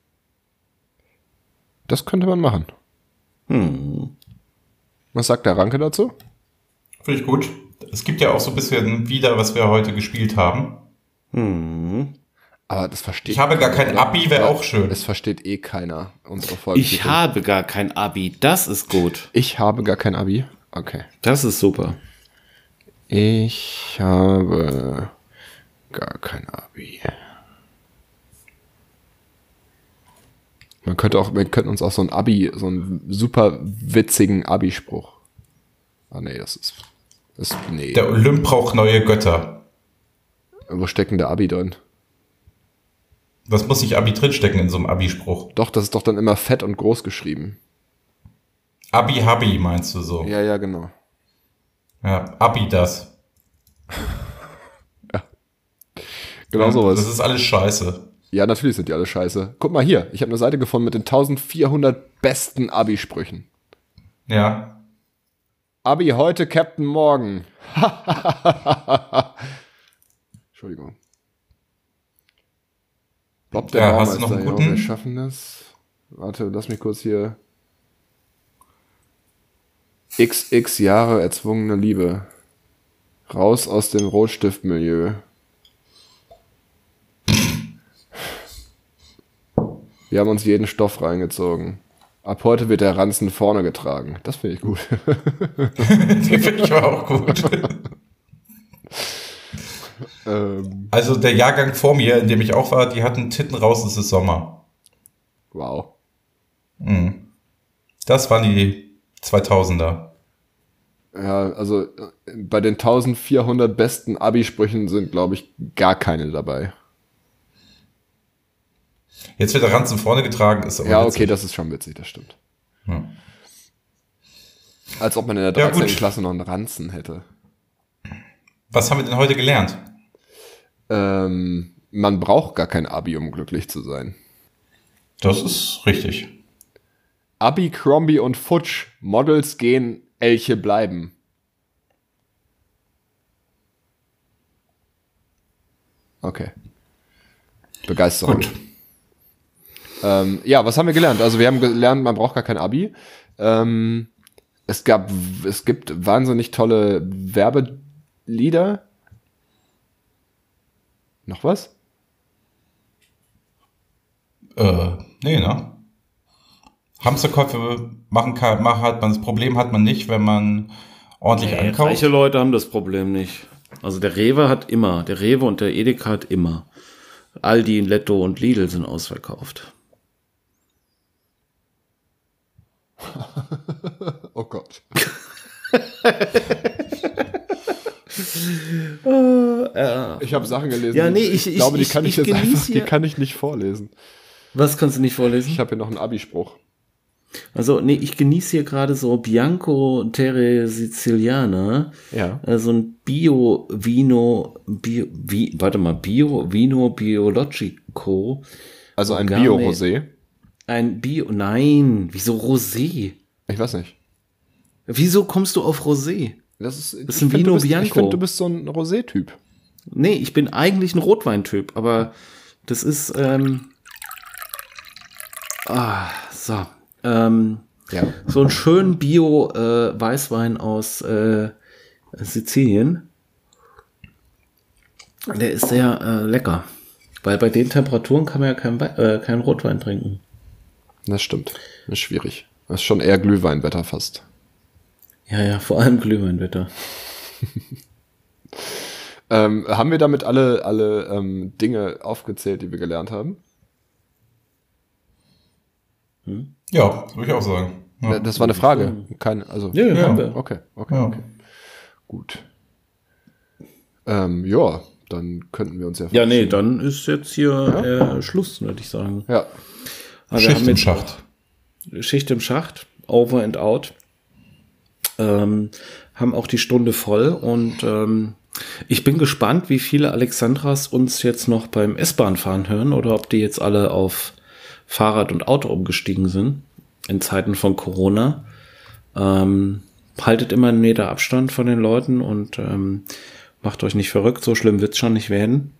Das könnte man machen. Hm. Was sagt der Ranke dazu? Finde ich gut. Es gibt ja auch so ein bisschen wieder, was wir heute gespielt haben. Hm. Aber das versteht Ich habe gar kein Abi, wäre auch schön. Es versteht eh keiner unsere Folgentitel. Ich habe gar kein Abi. Das ist gut. Ich habe gar kein Abi. Okay. Das ist super. Ich habe gar kein Abi. Man könnte auch, wir könnten uns auch so ein Abi, so einen super witzigen Abi-Spruch. Ah nee, das ist, ist nee. Der Olymp braucht neue Götter. Wo steckt denn der Abi drin? Was muss nicht Abi drinstecken in so einem Abi-Spruch? Doch, das ist doch dann immer fett und groß geschrieben. Abi-Habi meinst du so? Ja, ja, genau. Ja, Abi das. Ja. Genau sowas. Das ist alles scheiße. Ja, natürlich sind die alle scheiße. Guck mal hier, ich habe eine Seite gefunden mit den eintausendvierhundert besten Abi-Sprüchen. Ja. Abi heute, Captain morgen. Entschuldigung. Bob der Ja, Baumeister, hast du noch einen ja, guten? wir schaffen das. Warte, lass mich kurz hier. X X Jahre erzwungene Liebe. Raus aus dem Rotstiftmilieu. Wir haben uns jeden Stoff reingezogen. Ab heute wird der Ranzen vorne getragen. Das finde ich gut. Den finde ich aber auch gut. ähm, Also der Jahrgang vor mir, in dem ich auch war, die hatten Titten raus, es ist Sommer. wow. Mhm. Das waren die zweitausender. Ja, also äh, bei den eintausendvierhundert besten Abi-Sprüchen sind, glaube ich, gar keine dabei. Jetzt wird der Ranzen vorne getragen, ist aber Ja, witzig. okay, das ist schon witzig, das stimmt. Hm. Als ob man in der Ja, dreizehnten gut. Klasse noch einen Ranzen hätte. Was haben wir denn heute gelernt? Ähm, man braucht gar kein Abi, um glücklich zu sein. Das ist richtig. Abi, Crombie und Futsch. Models gehen, Elche bleiben. Okay. Begeisterung. Gut. Ähm, ja, was haben wir gelernt? Also wir haben gelernt, man braucht gar kein Abi. Ähm, es gab, es gibt wahnsinnig tolle Werbelieder. Noch was? Äh, nee, ne? Hamsterkäufe machen kann, machen hat man, das Problem hat man nicht, wenn man ordentlich Nee, einkauft. reiche Leute haben das Problem nicht. Also der Rewe hat immer, der Rewe und der Edeka hat immer. Aldi, Netto und Lidl sind ausverkauft. Oh Gott. uh, äh. Ich habe Sachen gelesen. Ja, nee, ich, ich glaube, ich, die kann ich, ich jetzt einfach, hier. die kann ich nicht vorlesen. Was kannst du nicht vorlesen? Ich habe hier noch einen Abi-Spruch. Also, nee, ich genieße hier gerade so Bianco Terre Siciliana. Ja. So also ein Bio-Vino, Bio, wie, warte mal, Bio-Vino Biologico. Also ein Bio-Rosé. Ein Bio, nein, wieso Rosé? Ich weiß nicht. Wieso kommst du auf Rosé? Das ist, das ist ein Vino bist, Bianco. Ich finde, du bist so ein Rosé-Typ. Nee, ich bin eigentlich ein Rotweintyp, aber das ist, ähm, ah, so, ähm, ja. so ein schön Bio-Weißwein äh, aus äh, Sizilien. Der ist sehr äh, lecker, weil bei den Temperaturen kann man ja keinen äh, kein Rotwein trinken. Das stimmt, das ist schwierig. Das ist schon eher Glühweinwetter fast. Ja, ja, vor allem Glühweinwetter. ähm, haben wir damit alle, alle ähm, Dinge aufgezählt, die wir gelernt haben? Hm? Ja, würde ich auch sagen. Ja. Das war eine Frage. Keine, also, ja, ja, haben wir. Okay, okay, ja. okay. Gut. Ähm, ja, dann könnten wir uns ja Ja, nee, dann ist jetzt hier ja? äh, Schluss, würde ich sagen. Ja. Also Schicht im Schacht. Schicht im Schacht, over and out. Ähm, haben auch die Stunde voll und ähm, ich bin gespannt, wie viele Alexandras uns jetzt noch beim S-Bahn-Fahren hören oder ob die jetzt alle auf Fahrrad und Auto umgestiegen sind in Zeiten von Corona. Ähm, haltet immer einen Meter Abstand von den Leuten und ähm, macht euch nicht verrückt, so schlimm wird's schon nicht werden.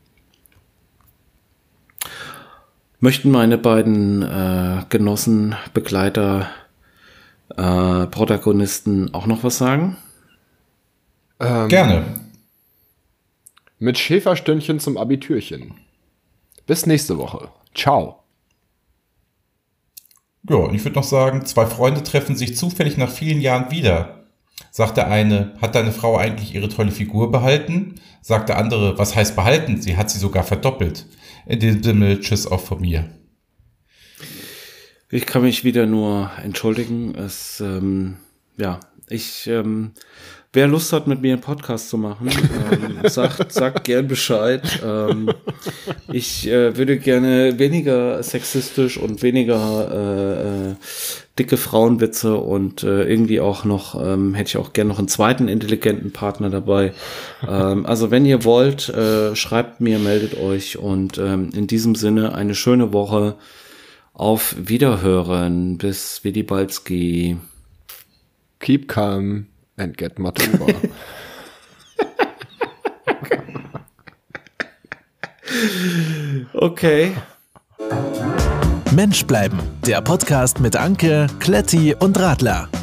Möchten meine beiden äh, Genossen, Begleiter, äh, Protagonisten auch noch was sagen? Ähm, Gerne. Mit Schäferstündchen zum Abitürchen. Bis nächste Woche. Ciao. Ja, und ich würde noch sagen, zwei Freunde treffen sich zufällig nach vielen Jahren wieder. Sagt der eine, hat deine Frau eigentlich ihre tolle Figur behalten? Sagt der andere, was heißt behalten? Sie hat sie sogar verdoppelt. In dem Sinne, tschüss auch von mir. Ich kann mich wieder nur entschuldigen. Es, ähm, ja, ich, ähm, wer Lust hat, mit mir einen Podcast zu machen, ähm, sagt, sagt gern Bescheid. Ähm, ich äh, würde gerne weniger sexistisch und weniger äh, äh, dicke Frauenwitze und äh, irgendwie auch noch, ähm, hätte ich auch gerne noch einen zweiten intelligenten Partner dabei. Ähm, also wenn ihr wollt, äh, schreibt mir, meldet euch und ähm, in diesem Sinne eine schöne Woche. Auf Wiederhören. Bis Widibalski. Keep calm and get matura. Okay. Mensch bleiben. Der Podcast mit Anke, Kletti und Radler.